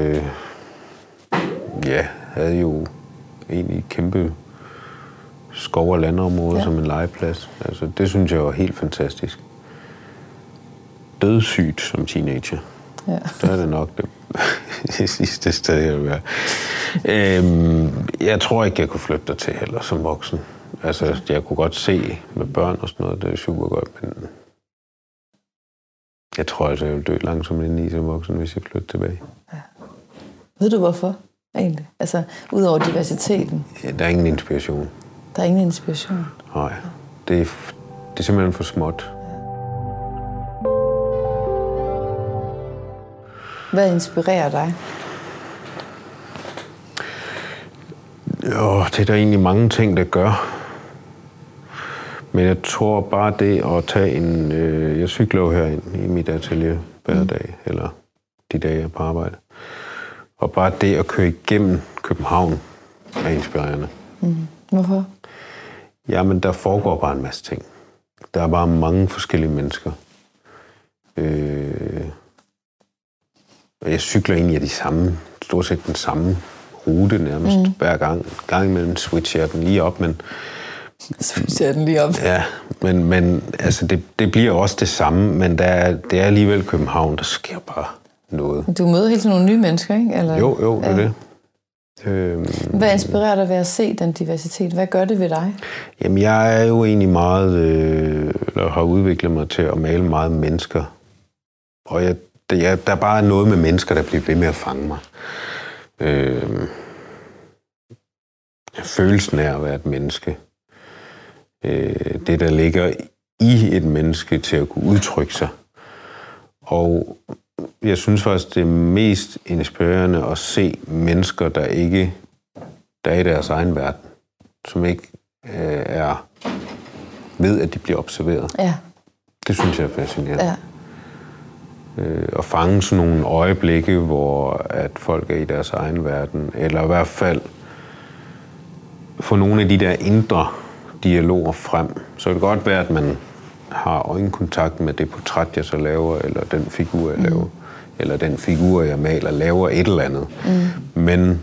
havde jo egentlig kæmpe skov- og landområder som en legeplads. Altså, det synes jeg var helt fantastisk. Dødssygt som teenager. Ja. Så er det nok det sidste sted, jeg vil være. Jeg tror ikke, jeg kunne flytte dertil heller som voksen. Altså, jeg kunne godt se med børn og sådan noget, det er super godt, men jeg tror altså, jeg vil dø langsomt ind i som voksen, hvis jeg flytter tilbage. Ja. Ved du hvorfor, egentlig? Altså, udover diversiteten? Ja, der er ingen inspiration. Der er ingen inspiration? Nej, det er simpelthen for småt. Hvad inspirerer dig? Jo, det er der egentlig mange ting, der gør. Men jeg tror bare det at tage en... jeg cykler jo herind i mit atelier hver dag, eller de dage, jeg er på arbejde. Og bare det at køre igennem København er inspirerende. Hvorfor? Jamen, der foregår bare en masse ting. Der er bare mange forskellige mennesker. Og jeg cykler egentlig af stort set den samme rute nærmest hver gang. Gang imellem switcher jeg den lige op, men... Switcher den lige op? Ja, men altså, det bliver også det samme, men det er alligevel København, der sker bare noget. Du møder helt tiden nogle nye mennesker, ikke? Eller? Jo, det er det. Hvad inspirerer dig ved at se den diversitet? Hvad gør det ved dig? Jamen, jeg er jo egentlig meget... eller har udviklet mig til at male meget mennesker. Og der er bare noget med mennesker, der bliver ved med at fange mig. Følelsen af at være et menneske. Det, der ligger i et menneske til at kunne udtrykke sig. Og jeg synes faktisk, det er mest inspirerende at se mennesker, der er i deres egen verden, som ikke ved, at de bliver observeret. Ja. Det synes jeg er fascinerende. Ja. At fange sådan nogle øjeblikke, hvor at folk er i deres egen verden, eller i hvert fald få nogle af de der indre dialoger frem. Så det kan godt være, at man har øjenkontakt med det portræt, jeg så laver, eller den figur, jeg laver, eller den figur, jeg maler, laver et eller andet. Men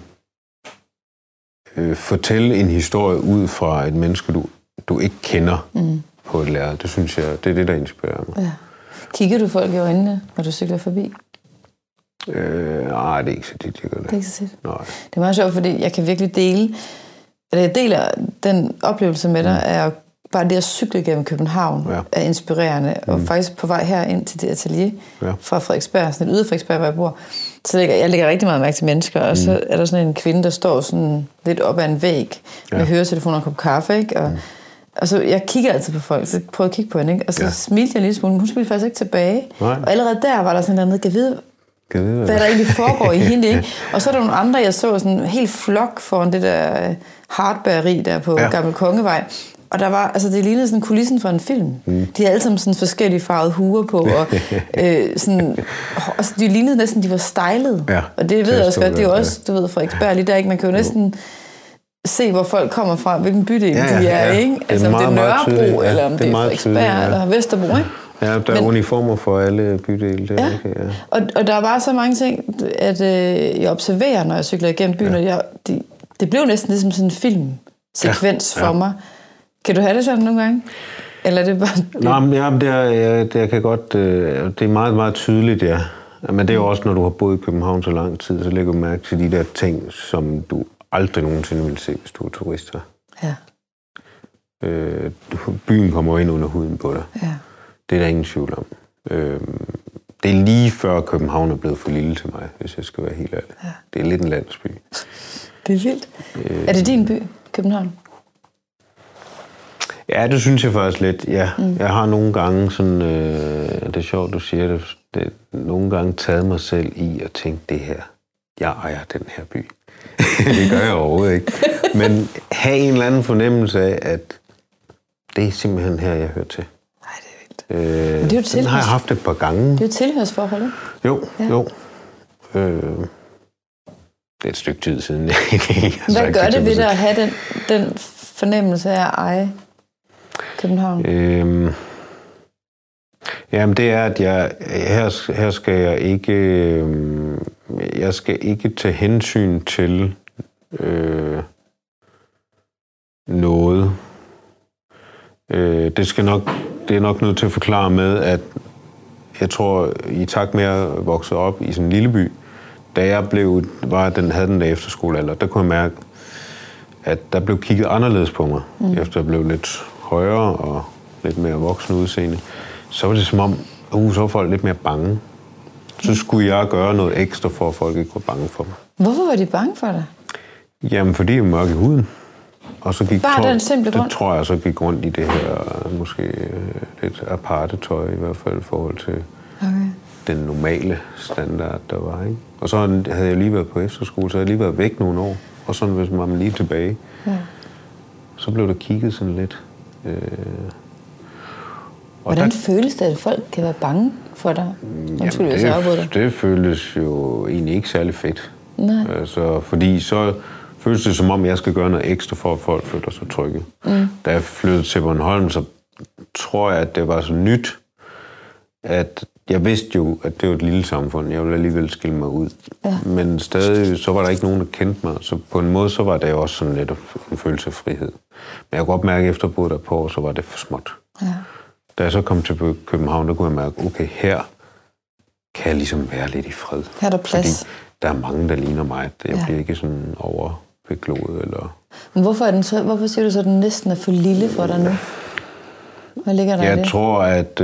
fortælle en historie ud fra et menneske, du ikke kender på et lærred, det synes jeg, det er det, der inspirerer mig. Ja. Kigger du folk i øjnene, når du cykler forbi? Nej, det er ikke så tit, jeg gør det. Det er ikke så tit? Nej. Det er meget sjovt, fordi jeg kan virkelig jeg deler den oplevelse med dig, er bare det at cykle gennem København er inspirerende. Og faktisk på vej her ind til det atelier fra Frederiksberg, sådan lidt ude af Frederiksberg, hvor jeg bor, Så jeg lægger rigtig meget mærke til mennesker, og så er der sådan en kvinde, der står sådan lidt op ad en væg med høretelefoner og en kop kaffe, ikke? Og så, jeg kigger altid på folk, så prøver at kigge på hende, ikke? Og så smilte jeg en lille smule, hun smilte faktisk ikke tilbage. Nej. Og allerede der var der sådan noget, kan vide, hvad der egentlig foregår i hende, ikke? Og så er der nogle andre, jeg så sådan en helt flok foran det der hardbæreri der på Gammel Kongevej. Og der var, altså det lignede sådan kulissen fra en film. De havde alle sammen sådan forskellige farvede huer på, og sådan, altså de lignede næsten, de var stylet. Ja, og det ved jeg også godt, det er jo også, du ved, Frederiksberg lige der, ikke? Man kan jo næsten se, hvor folk kommer fra, hvilken bydel de er, ikke? Altså om det er Nørrebro, eller om det er Frederiksberg, eller Vesterbro, ikke? Ja, der er uniformer for alle bydele. Det okay, og der er bare så mange ting, at jeg observerer, når jeg cykler igennem byen, og det blev næsten ligesom sådan en filmsekvens for mig. Kan du have det sådan nogle gange? Eller er det bare... Nej, men det kan godt... Det er meget, meget tydeligt, ja. Men det er jo også, når du har boet i København så lang tid, så lægger du mærke til de der ting, som du aldrig nogensinde vil se, hvis du er turist her. Ja. Byen kommer ind under huden på dig. Ja. Det er der ingen tvivl om. Det er lige før København er blevet for lille til mig, hvis jeg skal være helt ærlig. Ja. Det er lidt en landsby. Det er vildt. Er det din by, København? Ja, det synes jeg faktisk lidt, ja. Jeg har nogle gange sådan, det er sjovt, du siger det, nogle gange taget mig selv i at tænke det her. Jeg ejer den her by. Det gør jeg overhovedet ikke. Men have en eller anden fornemmelse af, at det er simpelthen her, jeg hører til. Nej, det er vildt. Men det er jo har jeg haft et par gange. Det er jo tilhørsforhold, ikke? Jo. Det er et stykke tid siden. Hvad gør det ved dig at have den fornemmelse af at eje København? Jamen det er, at her skal jeg ikke... jeg skal ikke tage hensyn til noget. Det er nok nødt til at forklare med, at jeg tror, i takt med at vokse op i sådan en lille by, da jeg havde den der efterskolealder, der kunne jeg mærke, at der blev kigget anderledes på mig, efter jeg blev lidt højere og lidt mere voksen udseende. Så var det som om, så var folk lidt mere bange. Så skulle jeg gøre noget ekstra, for at folk ikke var bange for mig. Hvorfor var de bange for dig? Jamen, fordi jeg er mørk i huden. Og så gik bare den simple grund? Det tror jeg, så gik rundt i det her, måske lidt aparte tøj, i hvert fald i forhold til den normale standard, der var, ikke? Og så havde jeg lige været på efterskole, så havde jeg lige været væk nogle år. Og så hvis man var lige tilbage, så blev der kigget sådan lidt. Hvordan føles det, at folk kan være bange for dig? Det føles jo egentlig ikke særlig fedt. Nej. Altså, fordi så føles det som om, jeg skal gøre noget ekstra for, at folk føler sig trygge. Da jeg flyttede til Bornholm, så tror jeg, at det var så nyt, at jeg vidste jo, at det var et lille samfund. Jeg ville alligevel skille mig ud. Ja. Men stadig, så var der ikke nogen, der kendte mig. Så på en måde, så var det jo også sådan lidt en følelse af frihed. Men jeg kunne godt mærke, at efter at bo der på år, så var det for småt. Ja. Da jeg så kom til København, der kunne jeg mærke, okay, her kan jeg ligesom være lidt i fred. Her er der plads. Fordi der er mange, der ligner mig. Jeg bliver ikke sådan overbekloet. Eller... Men hvorfor siger du så, at den næsten er for lille for dig nu? Hvad ligger der i det? Jeg tror, at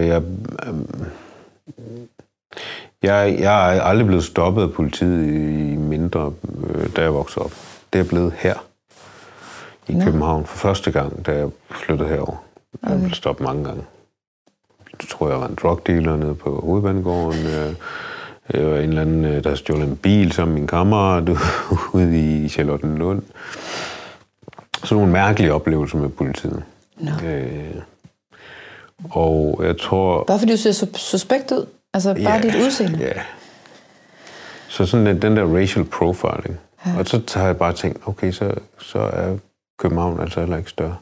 jeg er aldrig blevet stoppet af politiet i mindre, da jeg voksede op. Det er blevet her i København for første gang, da jeg flyttede herover. Jeg blev stoppet mange gange. Jeg tror, jeg var en drugdealer nede på Hovedbanegården. Jeg var en eller anden, der stjålet en bil som min kammerat ude i Charlottenlund. Så nogle mærkelige oplevelser med politiet. Og jeg tror... Bare fordi du ser suspekt ud? Altså bare dit udseende? Ja. Så sådan den der racial profiling. Ja. Og så har jeg bare tænkt, okay, så er København altså heller ikke større.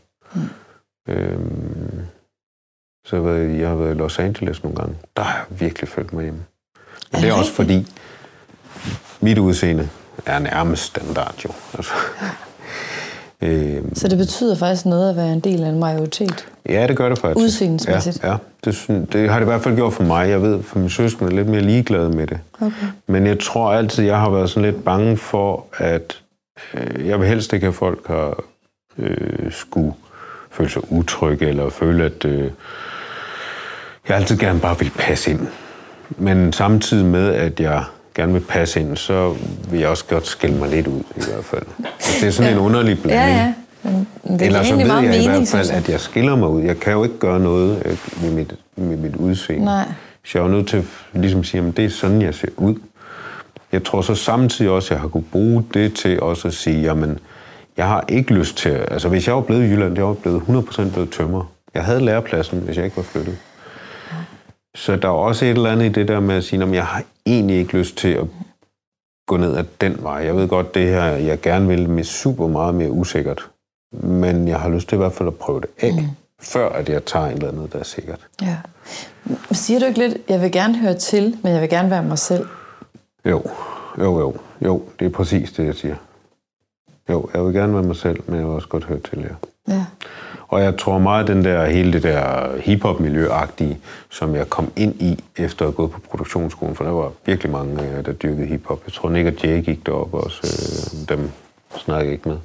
Så jeg har været i Los Angeles nogle gange. Der har jeg virkelig følt mig hjemme. Men det er også fordi, mit udseende er nærmest standard jo. Altså. Så det betyder faktisk noget at være en del af en majoritet? Ja, det gør det faktisk. Udseendelsmæssigt? Ja. Det har det i hvert fald gjort for mig. Jeg ved, for min søskende er lidt mere ligeglad med det. Okay. Men jeg tror altid, jeg har været sådan lidt bange for, at jeg vil helst ikke have folk har skulle føle sig utrygge, eller føle, at jeg altid gerne bare vil passe ind. Men samtidig med, at jeg gerne vil passe ind, så vil jeg også godt skille mig lidt ud, i hvert fald. Det er sådan en underlig blanding. Ja. Men det Ellers så ved jeg mening, i hvert fald, at jeg skiller mig ud. Jeg kan jo ikke gøre noget med mit udseende. Nej. Så jeg er nødt til ligesom at sige, at det er sådan, jeg ser ud. Jeg tror så samtidig også, at jeg har kunnet bruge det til også at sige, jamen, jeg har ikke lyst til... Altså, hvis jeg var blevet i Jylland, jeg var blevet 100% blevet tømrer. Jeg havde lærepladsen, hvis jeg ikke var flyttet. Så der er også et eller andet i det der med at sige, at jeg har egentlig ikke lyst til at gå ned ad den vej. Jeg ved godt, det her, jeg gerne vil med super meget mere usikkert. Men jeg har lyst til i hvert fald at prøve det af, før at jeg tager et eller andet, der er sikkert. Ja. Siger du ikke lidt, jeg vil gerne høre til, men jeg vil gerne være mig selv? Jo, det er præcis det, jeg siger. Jo, jeg vil gerne være mig selv, men jeg vil også godt høre til jer. Ja. Og jeg tror meget, den der, hele det der hiphop-miljø-agtige, som jeg kom ind i, efter at have gået på produktionsskolen, for der var virkelig mange, der dyrkede hiphop. Jeg tror, Nick og Jay gik derop også. Dem snakkede jeg ikke med.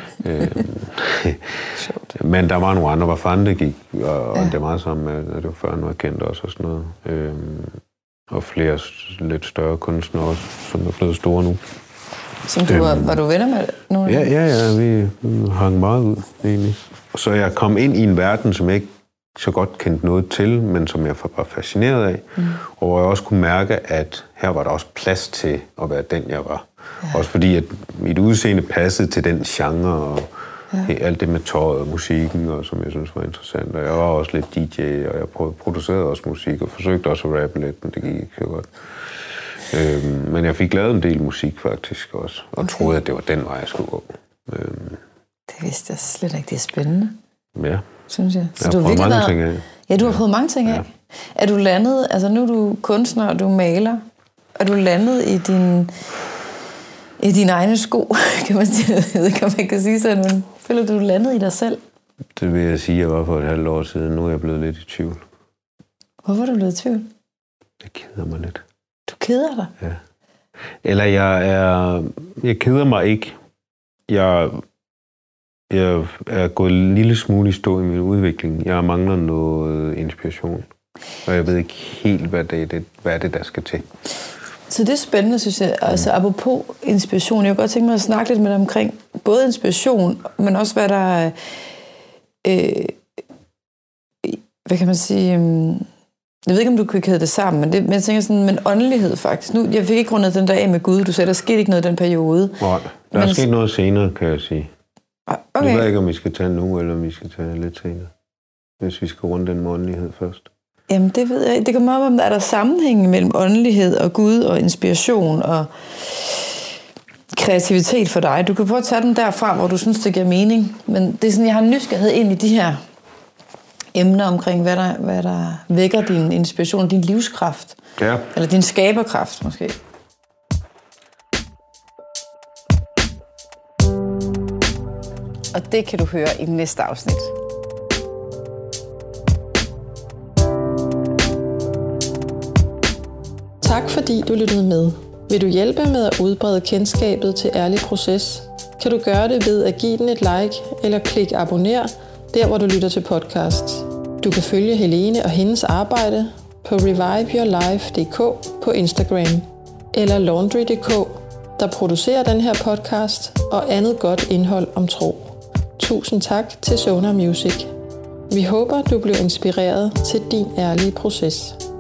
Men der var nogle andre, hvor Fante gik, og det er meget sammen med, det var før han var kendt også og sådan noget. Og flere lidt større kunstnere også, som er blevet store nu. Som du var du venner med nogle af dem? Ja, vi hang meget ud, egentlig. Så jeg kom ind i en verden, som jeg ikke så godt kendte noget til, men som jeg var fascineret af. Og hvor jeg også kunne mærke, at her var der også plads til at være den, jeg var. Ja. Også fordi, at mit udseende passede til den genre, og alt det med tøjet og musikken, og som jeg synes var interessant. Og jeg var også lidt DJ, og jeg producerede også musik, og forsøgte også at rappe lidt, men det gik ikke så godt. Men jeg fik lavet en del musik faktisk også, og troede, at det var den vej, jeg skulle gå. Det vidste jeg slet ikke. Det er spændende. Ja. Synes jeg. Så jeg du har prøvet mange været... ting af. Ja, du har prøvet mange ting af. Ja. Er du landet, altså nu er du kunstner, og du maler, er du landet i dine egne sko, kan man sige? Jeg ved ikke, om jeg kan sige sådan, men føler du landet i dig selv? Det vil jeg sige, jeg var for et halvt år siden. Nu er jeg blevet lidt i tvivl. Hvorfor er du blevet i tvivl? Det keder mig lidt. Du keder dig? Ja. Eller jeg keder mig ikke. Jeg er gået en lille smule i stå i min udvikling. Jeg mangler noget inspiration. Og jeg ved ikke helt, hvad er det, der skal til. Så det er spændende, synes jeg. Altså, apropos inspiration, jeg kunne godt tænke mig at snakke lidt med dig omkring både inspiration, men også hvad der hvad kan man sige... Jeg ved ikke, om du kunne kæde det sammen, men jeg tænker sådan, men åndelighed faktisk. Nu, jeg fik ikke rundet den der af med Gud, du sagde, der skete ikke noget i den periode. Nej, der er sket noget senere, kan jeg sige. Okay. Jeg ved ikke, om vi skal tage nu, eller om vi skal tage lidt senere. Hvis vi skal runde den med åndelighed først. Jamen, det ved jeg ikke. Det kommer op om, er der sammenhæng mellem åndelighed og Gud og inspiration og kreativitet for dig. Du kan prøve at tage den derfra, hvor du synes, det giver mening. Men det er sådan, jeg har nysgerrighed ind i de her emner omkring, hvad der vækker din inspiration, din livskraft. Ja. Eller din skaberkraft, måske. Og det kan du høre i næste afsnit. Tak fordi du lyttede med. Vil du hjælpe med at udbrede kendskabet til Ærlig Proces, kan du gøre det ved at give den et like eller klikke abonner der, hvor du lytter til podcasts. Du kan følge Helene og hendes arbejde på reviveyourlife.dk på Instagram eller laundry.dk, der producerer den her podcast og andet godt indhold om tro. Tusind tak til Sonar Music. Vi håber, du blev inspireret til din ærlige proces.